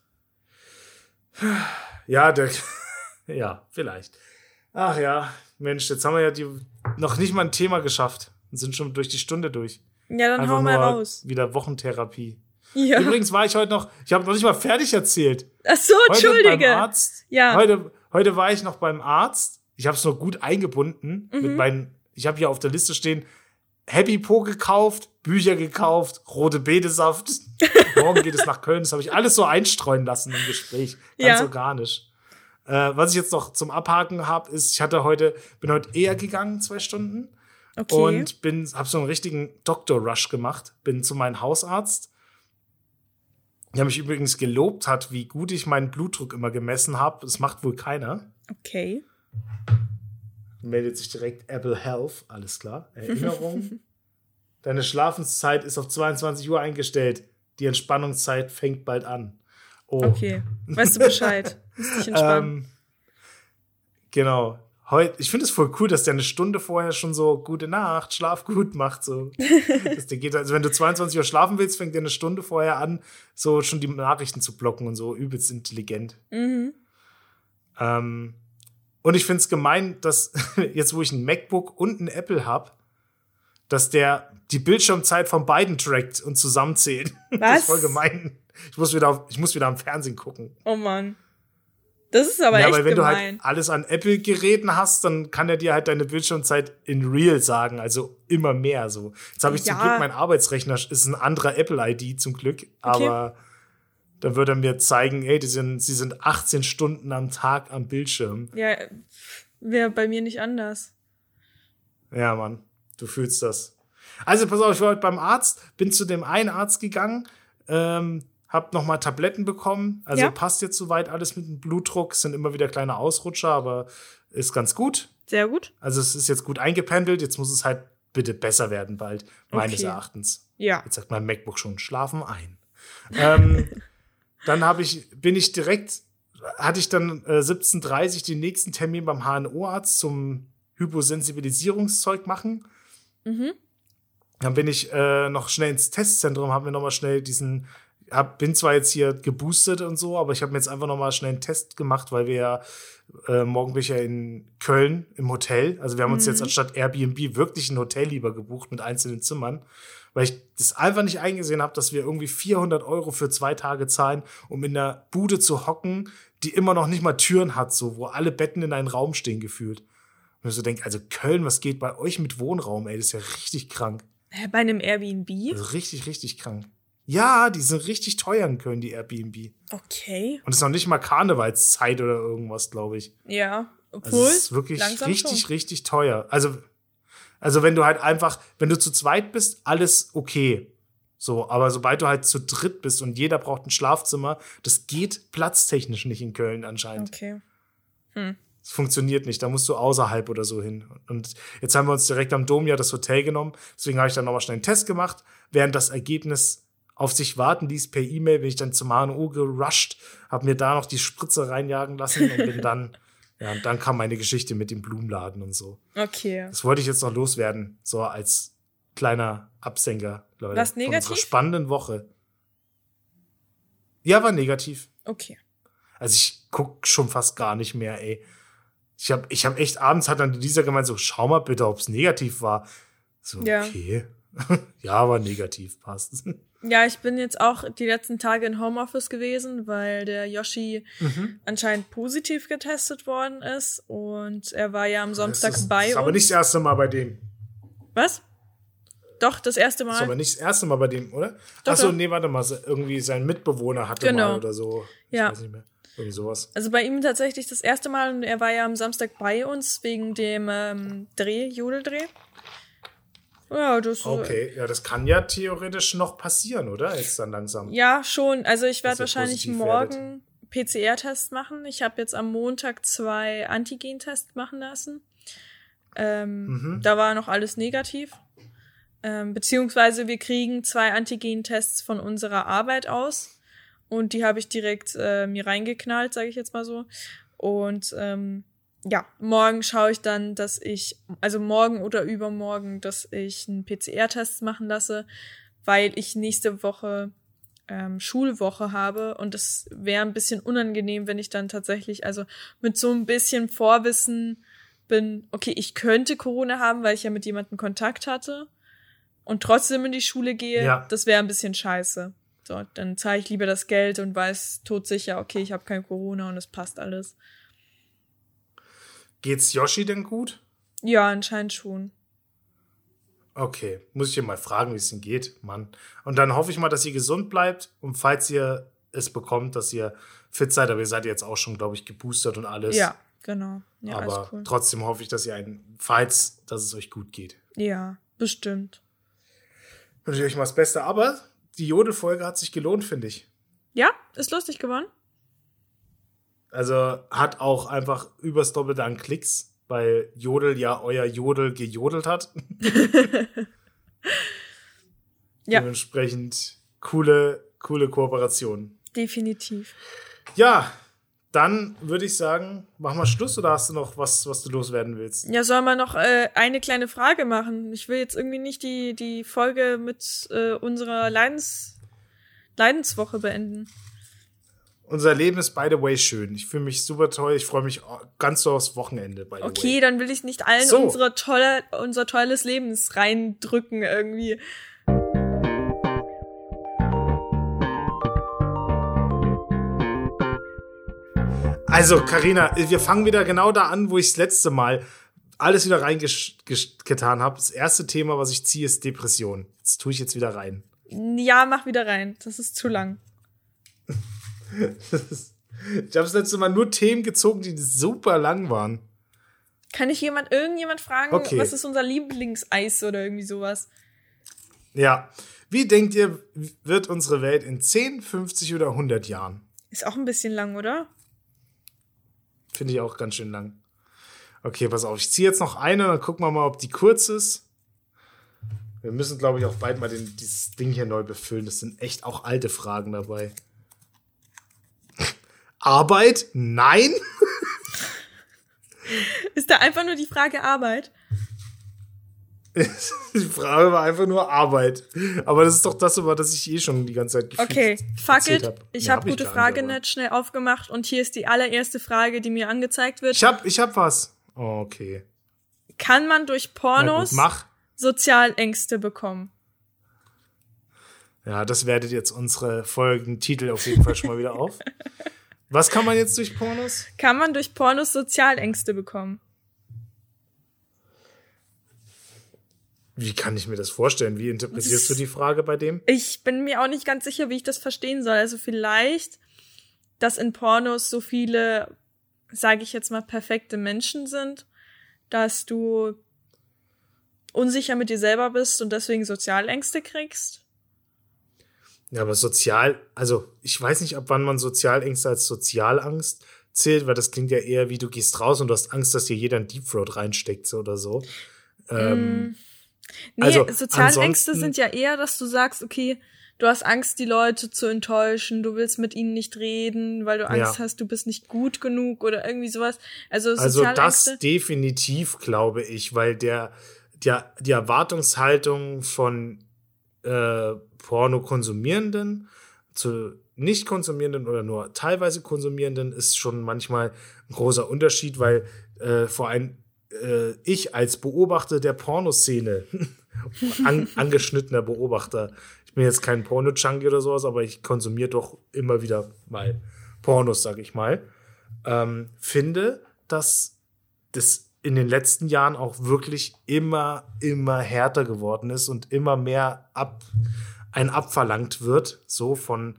Ja, ja, vielleicht. Ach ja, Mensch, jetzt haben wir ja noch nicht mal ein Thema geschafft und sind schon durch die Stunde durch. Ja, dann Einfach hau mal nur raus. wieder Wochentherapie. Ja. Übrigens war ich heute noch, ich habe noch nicht mal fertig erzählt. Ach so, Entschuldige. Beim Arzt, Ja. Heute war ich noch beim Arzt. Ich habe es nur gut eingebunden. Ich habe hier auf der Liste stehen, Happy Po gekauft, Bücher gekauft, rote Betesaft. Morgen geht es nach Köln. Das habe ich alles so einstreuen lassen im Gespräch. Ganz organisch. Was ich jetzt noch zum Abhaken habe, ist, bin heute eher gegangen, 2 Stunden. Okay. Und habe so einen richtigen Doktor-Rush gemacht. Bin zu meinem Hausarzt. Der mich übrigens gelobt hat, wie gut ich meinen Blutdruck immer gemessen habe. Das macht wohl keiner. Okay. Meldet sich direkt Apple Health. Alles klar. Erinnerung. Deine Schlafenszeit ist auf 22 Uhr eingestellt. Die Entspannungszeit fängt bald an. Oh. Okay. Weißt du Bescheid? Musst dich entspannen. Genau. Ich finde es voll cool, dass der eine Stunde vorher schon so gute Nacht, schlaf gut macht. So. Also wenn du 22 Uhr schlafen willst, fängt der eine Stunde vorher an, so schon die Nachrichten zu blocken und so. Übelst intelligent. Mhm. Und ich finde es gemein, dass jetzt, wo ich ein MacBook und ein Apple habe, dass der die Bildschirmzeit von beiden trackt und zusammenzählt. Was? Das ist voll gemein. Ich muss wieder am Fernsehen gucken. Oh Mann. Das ist aber echt weil wenn gemein. du halt alles an Apple-Geräten hast, dann kann er dir halt deine Bildschirmzeit in real sagen, also immer mehr so. Jetzt habe ich zum Glück, mein Arbeitsrechner ist ein anderer Apple-ID zum Glück, aber dann würde er mir zeigen, ey, sie sind 18 Stunden am Tag am Bildschirm. Ja, wäre bei mir nicht anders. Ja, Mann, du fühlst das. Also pass auf, ich war heute beim Arzt, bin zu dem einen Arzt gegangen, hab nochmal Tabletten bekommen. Also passt jetzt soweit alles mit dem Blutdruck. Es sind immer wieder kleine Ausrutscher, aber ist ganz gut. Sehr gut. Also es ist jetzt gut eingependelt. Jetzt muss es halt bitte besser werden bald, meines Erachtens. Ja. Jetzt sagt mein MacBook schon, schlafen ein. Dann hatte ich dann 17:30 den nächsten Termin beim HNO-Arzt zum Hyposensibilisierungszeug machen. Mhm. Dann bin ich noch schnell ins Testzentrum, habe mir nochmal schnell bin zwar jetzt hier geboostet und so, aber ich habe mir jetzt einfach nochmal schnell einen Test gemacht, weil wir morgen bin ich ja in Köln im Hotel. Also wir haben uns jetzt anstatt Airbnb wirklich ein Hotel lieber gebucht mit einzelnen Zimmern, weil ich das einfach nicht eingesehen habe, dass wir irgendwie 400 € für 2 Tage zahlen, um in einer Bude zu hocken, die immer noch nicht mal Türen hat, so, wo alle Betten in einem Raum stehen gefühlt. Und ich so denke, also Köln, was geht bei euch mit Wohnraum, ey, das ist ja richtig krank. Bei einem Airbnb? Also richtig, richtig krank. Ja, die sind richtig teuer in Köln, die Airbnb. Okay. Und es ist noch nicht mal Karnevalszeit oder irgendwas, glaube ich. Ja, Also obwohl. es ist wirklich richtig, schon. richtig teuer. Also wenn du halt wenn du zu zweit bist, alles okay. So, aber sobald du halt zu dritt bist und jeder braucht ein Schlafzimmer, das geht platztechnisch nicht in Köln anscheinend. Okay. Es funktioniert nicht, da musst du außerhalb oder so hin. Und jetzt haben wir uns direkt am Dom ja das Hotel genommen. Deswegen habe ich dann nochmal schnell einen Test gemacht. Während das Ergebnis auf sich warten ließ per E-Mail, bin ich dann zum HNO gerusht, habe mir da noch die Spritze reinjagen lassen und bin dann, und dann kam meine Geschichte mit dem Blumenladen und so. Okay. Das wollte ich jetzt noch loswerden, so als kleiner Absenker, Leute. Was negativ? Von unserer spannenden Woche. Ja, war negativ. Okay. Also ich guck schon fast gar nicht mehr, ey. Ich hab echt abends hat dann dieser gemeint, so, schau mal bitte, ob es negativ war. So, okay. Ja, war negativ, passt. Ja, ich bin jetzt auch die letzten Tage in Homeoffice gewesen, weil der Yoshi anscheinend positiv getestet worden ist. Und er war ja am Sonntag bei uns. Das ist aber nicht das erste Mal bei dem. Was? Doch, das erste Mal. Das ist aber nicht das erste Mal bei dem, oder? Doch, Achso, doch. nee, warte mal. Irgendwie sein Mitbewohner hatte mal oder so. Ich weiß nicht mehr. Irgendwie sowas. Also bei ihm tatsächlich das erste Mal. Und er war ja am Samstag bei uns wegen dem Jodeldreh. Ja, okay, ja, das kann ja theoretisch noch passieren, oder? Jetzt dann langsam. Ja, schon. Also ich werde wahrscheinlich morgen PCR-Test machen. Ich habe jetzt am Montag 2 Antigen-Tests machen lassen. Da war noch alles negativ. Beziehungsweise wir kriegen 2 Antigen-Tests von unserer Arbeit aus. und die habe ich direkt mir reingeknallt, sage ich jetzt mal so. Und morgen schaue ich dann, also morgen oder übermorgen, dass ich einen PCR-Test machen lasse, weil ich nächste Woche Schulwoche habe und es wäre ein bisschen unangenehm, wenn ich dann tatsächlich, also mit so ein bisschen Vorwissen bin, okay, ich könnte Corona haben, weil ich ja mit jemandem Kontakt hatte und trotzdem in die Schule gehe, Ja. Das wäre ein bisschen scheiße. So, dann zahle ich lieber das Geld und weiß todsicher, okay, ich habe kein Corona und es passt alles. Geht's Yoshi denn gut? Ja, anscheinend schon. Okay, muss ich ihr mal fragen, wie es ihm geht, Mann. Und dann hoffe ich mal, dass ihr gesund bleibt und falls ihr es bekommt, dass ihr fit seid. Aber ihr seid jetzt auch schon, glaube ich, geboostert und alles. Ja, genau. Ja, aber alles cool. trotzdem hoffe ich, dass dass es euch gut geht. Ja, bestimmt. Wünsche ich euch mal das Beste. Aber die Jodel-Folge hat sich gelohnt, finde ich. Ja, ist lustig geworden. Also hat auch einfach übers Doppelte an Klicks, weil Jodel ja euer Jodel gejodelt hat. Ja. Dementsprechend coole Kooperation. Definitiv. Ja, dann würde ich sagen, machen wir Schluss oder hast du noch was du loswerden willst? Ja, sollen wir noch eine kleine Frage machen? Ich will jetzt irgendwie nicht die Folge mit unserer Leidenswoche beenden. Unser Leben ist, by the way, schön. Ich fühle mich super toll. Ich freue mich ganz so aufs Wochenende, by the way. Okay, dann will ich nicht allen unser tolles Lebens reindrücken irgendwie. Also, Carina, wir fangen wieder genau da an, wo ich das letzte Mal alles wieder reingetan habe. Das erste Thema, was ich ziehe, ist Depression. Das tue ich jetzt wieder rein. Ja, mach wieder rein. Das ist zu lang. Ich habe das letzte Mal nur Themen gezogen, die super lang waren. Kann ich irgendjemand fragen, Okay. Was ist unser Lieblingseis oder irgendwie sowas? Ja. Wie denkt ihr, wird unsere Welt in 10, 50 oder 100 Jahren? Ist auch ein bisschen lang, oder? Finde ich auch ganz schön lang. Okay, pass auf. Ich ziehe jetzt noch eine, dann gucken wir mal, ob die kurz ist. Wir müssen, glaube ich, auch bald mal dieses Ding hier neu befüllen. Das sind echt auch alte Fragen dabei. Arbeit? Nein? Ist da einfach nur die Frage Arbeit? Die Frage war einfach nur Arbeit. Aber das ist doch das, über das ich schon die ganze Zeit Okay, fuck it. hab. Ich Ja, habe gute Frage-Net schnell aufgemacht und hier ist die allererste Frage, die mir angezeigt wird. Ich hab was. Oh, okay. Kann man durch Pornos Na gut, mach. Sozialängste bekommen? Ja, das wertet jetzt unsere Folgentitel auf jeden Fall schon mal wieder auf. Was kann man jetzt durch Pornos? Kann man durch Pornos Sozialängste bekommen? Wie kann ich mir das vorstellen? Wie interpretierst du die Frage bei dem? Ich bin mir auch nicht ganz sicher, wie ich das verstehen soll. Also vielleicht, dass in Pornos so viele, sage ich jetzt mal, perfekte Menschen sind, dass du unsicher mit dir selber bist und deswegen Sozialängste kriegst. Ja, aber also ich weiß nicht, ab wann man Sozialängste als Sozialangst zählt, weil das klingt ja eher wie, du gehst raus und du hast Angst, dass dir jeder ein Deep Throat reinsteckt so oder so. Nee, also Sozialängste sind ja eher, dass du sagst, okay, du hast Angst, die Leute zu enttäuschen, du willst mit ihnen nicht reden, weil du Angst hast, du bist nicht gut genug oder irgendwie sowas. Also Sozialängste. Das definitiv, glaube ich, weil die Erwartungshaltung von Porno-Konsumierenden zu nicht-Konsumierenden oder nur teilweise Konsumierenden ist schon manchmal ein großer Unterschied, weil vor allem ich als Beobachter der Pornoszene, angeschnittener Beobachter, ich bin jetzt kein Porno-Junkie oder sowas, aber ich konsumiere doch immer wieder mal Pornos, sag ich mal, finde, dass das in den letzten Jahren auch wirklich immer härter geworden ist und immer mehr abverlangt wird, so von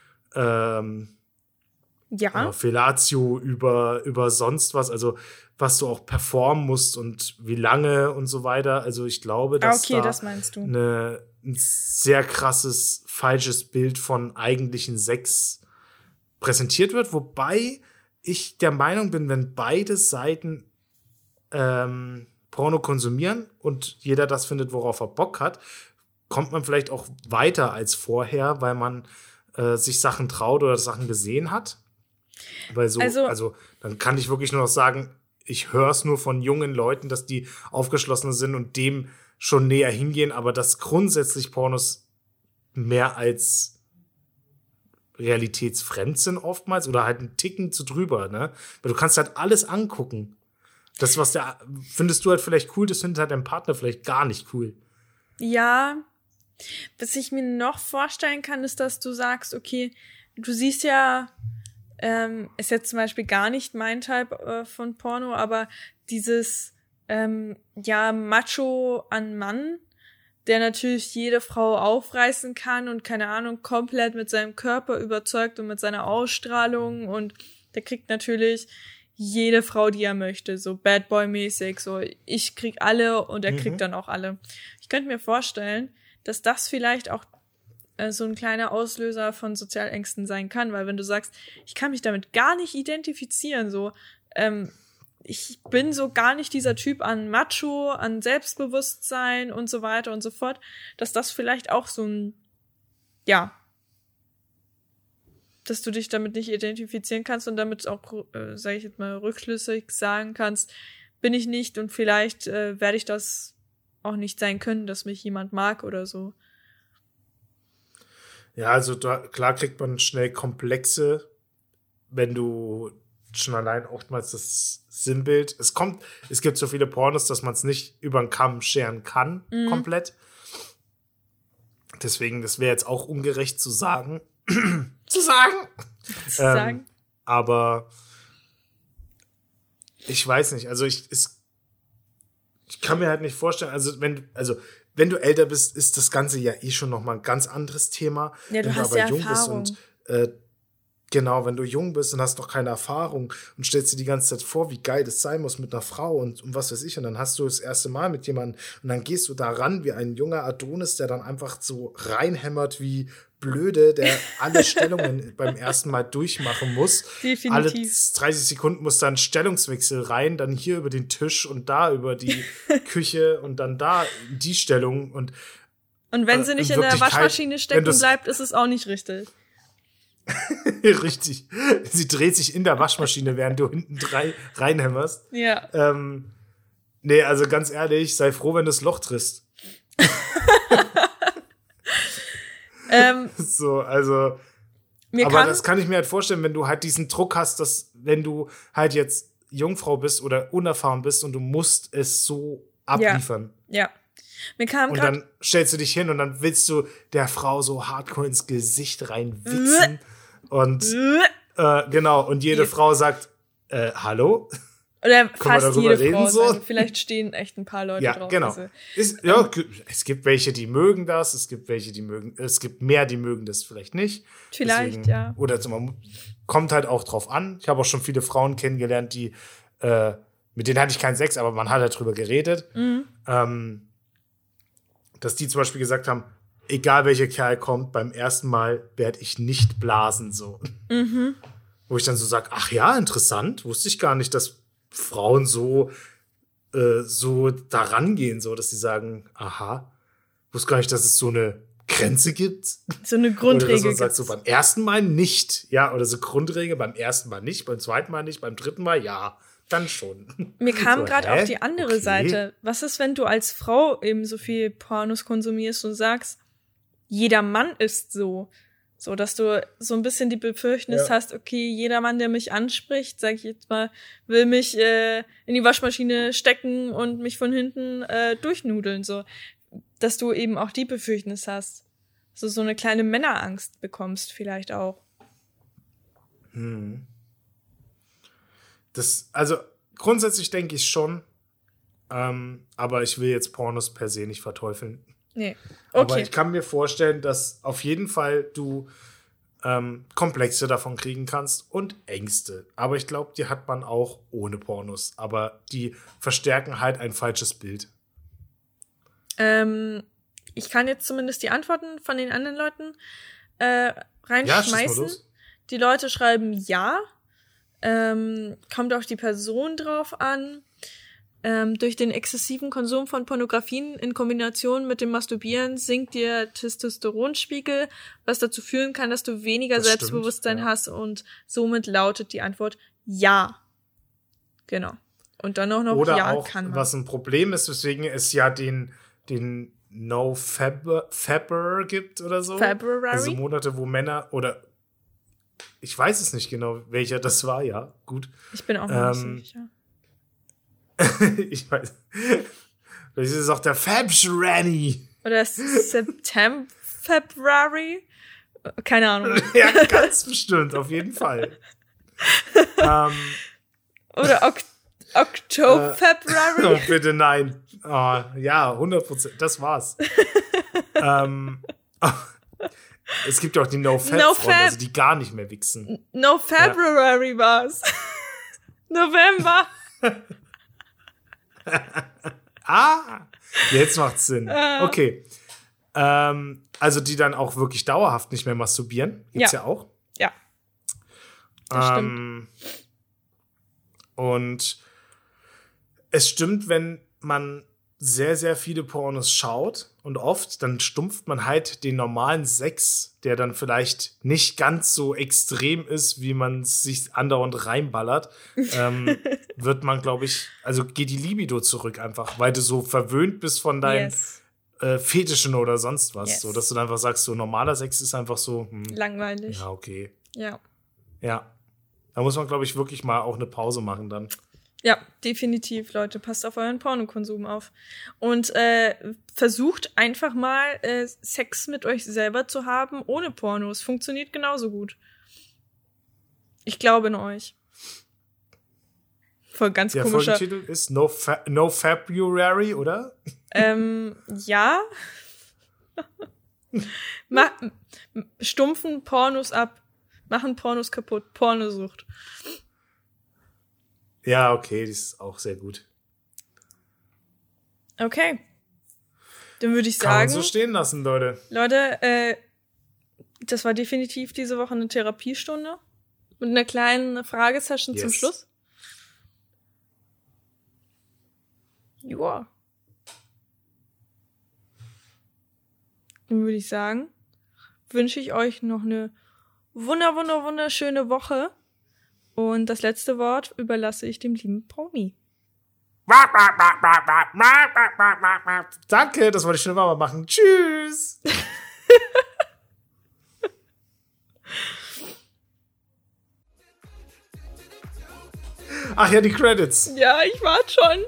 Fellatio über sonst was, also was du auch performen musst und wie lange und so weiter. Also ich glaube, dass das meinst du. ein sehr krasses, falsches Bild von eigentlichen Sex präsentiert wird, wobei ich der Meinung bin, wenn beide Seiten Porno konsumieren und jeder das findet, worauf er Bock hat, kommt man vielleicht auch weiter als vorher, weil man sich Sachen traut oder Sachen gesehen hat. Weil also dann kann ich wirklich nur noch sagen, ich höre es nur von jungen Leuten, dass die aufgeschlossen sind und dem schon näher hingehen, aber dass grundsätzlich Pornos mehr als realitätsfremd sind oftmals oder halt einen Ticken zu drüber, ne? Weil du kannst halt alles angucken. Das, was findest du halt vielleicht cool, das findet halt dein Partner vielleicht gar nicht cool. Ja, was ich mir noch vorstellen kann, ist, dass du sagst, okay, du siehst ja, ist jetzt zum Beispiel gar nicht mein Type von Porno, aber dieses, Macho an Mann, der natürlich jede Frau aufreißen kann und, keine Ahnung, komplett mit seinem Körper überzeugt und mit seiner Ausstrahlung und der kriegt natürlich jede Frau, die er möchte, so Bad Boy-mäßig, so ich krieg alle und er kriegt dann auch alle. Ich könnte mir vorstellen, dass das vielleicht auch so ein kleiner Auslöser von Sozialängsten sein kann, weil wenn du sagst, ich kann mich damit gar nicht identifizieren, so, ich bin so gar nicht dieser Typ an Macho, an Selbstbewusstsein und so weiter und so fort, dass das vielleicht auch so ein, dass du dich damit nicht identifizieren kannst und damit auch, sage ich jetzt mal, rückschlüssig sagen kannst, bin ich nicht und vielleicht werde ich das auch nicht sein können, dass mich jemand mag oder so. Ja, also klar kriegt man schnell Komplexe, wenn du schon allein oftmals das Sinnbild. Es gibt so viele Pornos, dass man es nicht über den Kamm scheren kann, komplett. Deswegen, das wäre jetzt auch ungerecht zu sagen. Aber ich weiß nicht, also ich kann mir halt nicht vorstellen, also wenn du älter bist, ist das Ganze ja schon nochmal ein ganz anderes Thema. Ja, du hast ja Erfahrung. Genau, wenn du jung bist und hast noch keine Erfahrung und stellst dir die ganze Zeit vor, wie geil das sein muss mit einer Frau und was weiß ich, und dann hast du das erste Mal mit jemandem und dann gehst du da ran wie ein junger Adonis, der dann einfach so reinhämmert wie blöde, der alle Stellungen beim ersten Mal durchmachen muss. Definitiv. Alle 30 Sekunden muss da ein Stellungswechsel rein, dann hier über den Tisch und da über die Küche und dann da die Stellung. Und wenn sie nicht in der Waschmaschine stecken bleibt, ist es auch nicht richtig. Richtig. Sie dreht sich in der Waschmaschine, während du hinten reinhämmerst. Ja. Nee, also ganz ehrlich, sei froh, wenn du das Loch triffst. So, also. Aber das kann ich mir halt vorstellen, wenn du halt diesen Druck hast, dass, wenn du halt jetzt Jungfrau bist oder unerfahren bist und du musst es so abliefern. Ja. Und dann stellst du dich hin und dann willst du der Frau so hardcore ins Gesicht reinwichsen. Und genau, und jede Frau sagt, hallo? Oder fast jede Frau. So? Vielleicht stehen echt ein paar Leute drauf. Ja, genau. Also, es gibt welche, die mögen das, es gibt mehr, die mögen das vielleicht nicht. Vielleicht, deswegen, ja. Oder kommt halt auch drauf an. Ich habe auch schon viele Frauen kennengelernt, die mit denen hatte ich keinen Sex, aber man hat halt drüber geredet. Dass die zum Beispiel gesagt haben, egal welcher Kerl kommt, beim ersten Mal werde ich nicht blasen, so. Wo ich dann so sage, ach ja, interessant, wusste ich gar nicht, dass Frauen so da rangehen, so, dass sie sagen, aha, wusste gar nicht, dass es so eine Grenze gibt. So eine Grundregel. Oder dass man sagt, so beim ersten Mal nicht, ja, oder so Grundregel, beim ersten Mal nicht, beim zweiten Mal nicht, beim dritten Mal ja. Dann schon. Mir kam gerade auf die andere Seite. Was ist, wenn du als Frau eben so viel Pornos konsumierst und sagst, jeder Mann ist so. So, dass du so ein bisschen die Befürchtung hast, okay, jeder Mann, der mich anspricht, sag ich jetzt mal, will mich in die Waschmaschine stecken und mich von hinten durchnudeln. So, dass du eben auch die Befürchtung hast. Dass du so eine kleine Männerangst bekommst vielleicht auch. Also grundsätzlich denke ich schon, aber ich will jetzt Pornos per se nicht verteufeln. Nee. Okay. Aber ich kann mir vorstellen, dass auf jeden Fall du Komplexe davon kriegen kannst und Ängste. Aber ich glaube, die hat man auch ohne Pornos. Aber die verstärken halt ein falsches Bild. Ich kann jetzt zumindest die Antworten von den anderen Leuten reinschmeißen. Ja, die Leute schreiben ja. Kommt auf die Person drauf an. Durch den exzessiven Konsum von Pornografien in Kombination mit dem Masturbieren sinkt der Testosteronspiegel, was dazu führen kann, dass du weniger Selbstbewusstsein hast und somit lautet die Antwort ja. Genau. Und dann auch noch oder ja auch, kann man. was ein Problem ist, weswegen es ja den No-Febber gibt oder so. February? Also Monate, wo Männer oder ich weiß es nicht genau, welcher das war, ja, gut. Ich bin auch noch nicht so sicher. Ich weiß. Vielleicht ist es auch der February. Oder September, February? Keine Ahnung. Ja, ganz bestimmt, auf jeden Fall. Oder Oktober, February? Oh, bitte nein. Oh, ja, 100%. Das war's. Es gibt ja auch die No-Fab-Frauen, also die gar nicht mehr wichsen. No February war's. November. Jetzt macht's Sinn. Okay. Also die dann auch wirklich dauerhaft nicht mehr masturbieren. Gibt's ja auch. Ja. Das stimmt. Und es stimmt, wenn man sehr, sehr viele Pornos schaut und oft, dann stumpft man halt den normalen Sex, der dann vielleicht nicht ganz so extrem ist, wie man es sich andauernd reinballert, wird man, glaube ich, also geht die Libido zurück einfach, weil du so verwöhnt bist von deinen Fetischen oder sonst was, so dass du dann einfach sagst, so normaler Sex ist einfach so langweilig. Ja, okay. Ja. Da muss man, glaube ich, wirklich mal auch eine Pause machen dann. Ja, definitiv, Leute. Passt auf euren Pornokonsum auf. Und versucht einfach mal Sex mit euch selber zu haben ohne Pornos. Funktioniert genauso gut. Ich glaube in euch. Voll ganz komischer. Der Folgentitel ist No February, oder? Ja. Stumpfen Pornos ab. Machen Pornos kaputt. Pornosucht. Ja, okay, das ist auch sehr gut. Okay. Dann würde ich sagen. Kann man so stehen lassen, Leute. Leute, das war definitiv diese Woche eine Therapiestunde. Mit einer kleinen Fragesession zum Schluss. Joa. Dann würde ich sagen, wünsche ich euch noch eine wunderschöne Woche. Und das letzte Wort überlasse ich dem lieben Paumi. Danke, das wollte ich schon immer mal machen. Tschüss. Ach ja, die Credits. Ja, ich warte schon.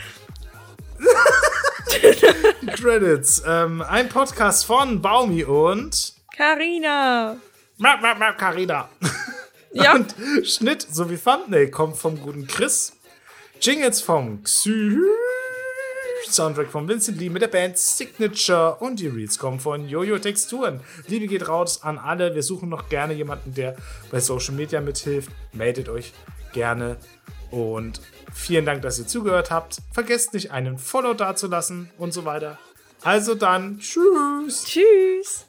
Die Credits. Ein Podcast von Baumi und Carina. Carina. Ja. Und Schnitt sowie Thumbnail kommt vom guten Chris. Jingles vom Xy. Soundtrack von Vincent Lee mit der Band Signature. Und die Reels kommen von Jojo Texturen. Liebe geht raus an alle. Wir suchen noch gerne jemanden, der bei Social Media mithilft. Meldet euch gerne. Und vielen Dank, dass ihr zugehört habt. Vergesst nicht, einen Follow dazulassen und so weiter. Also dann, tschüss. Tschüss.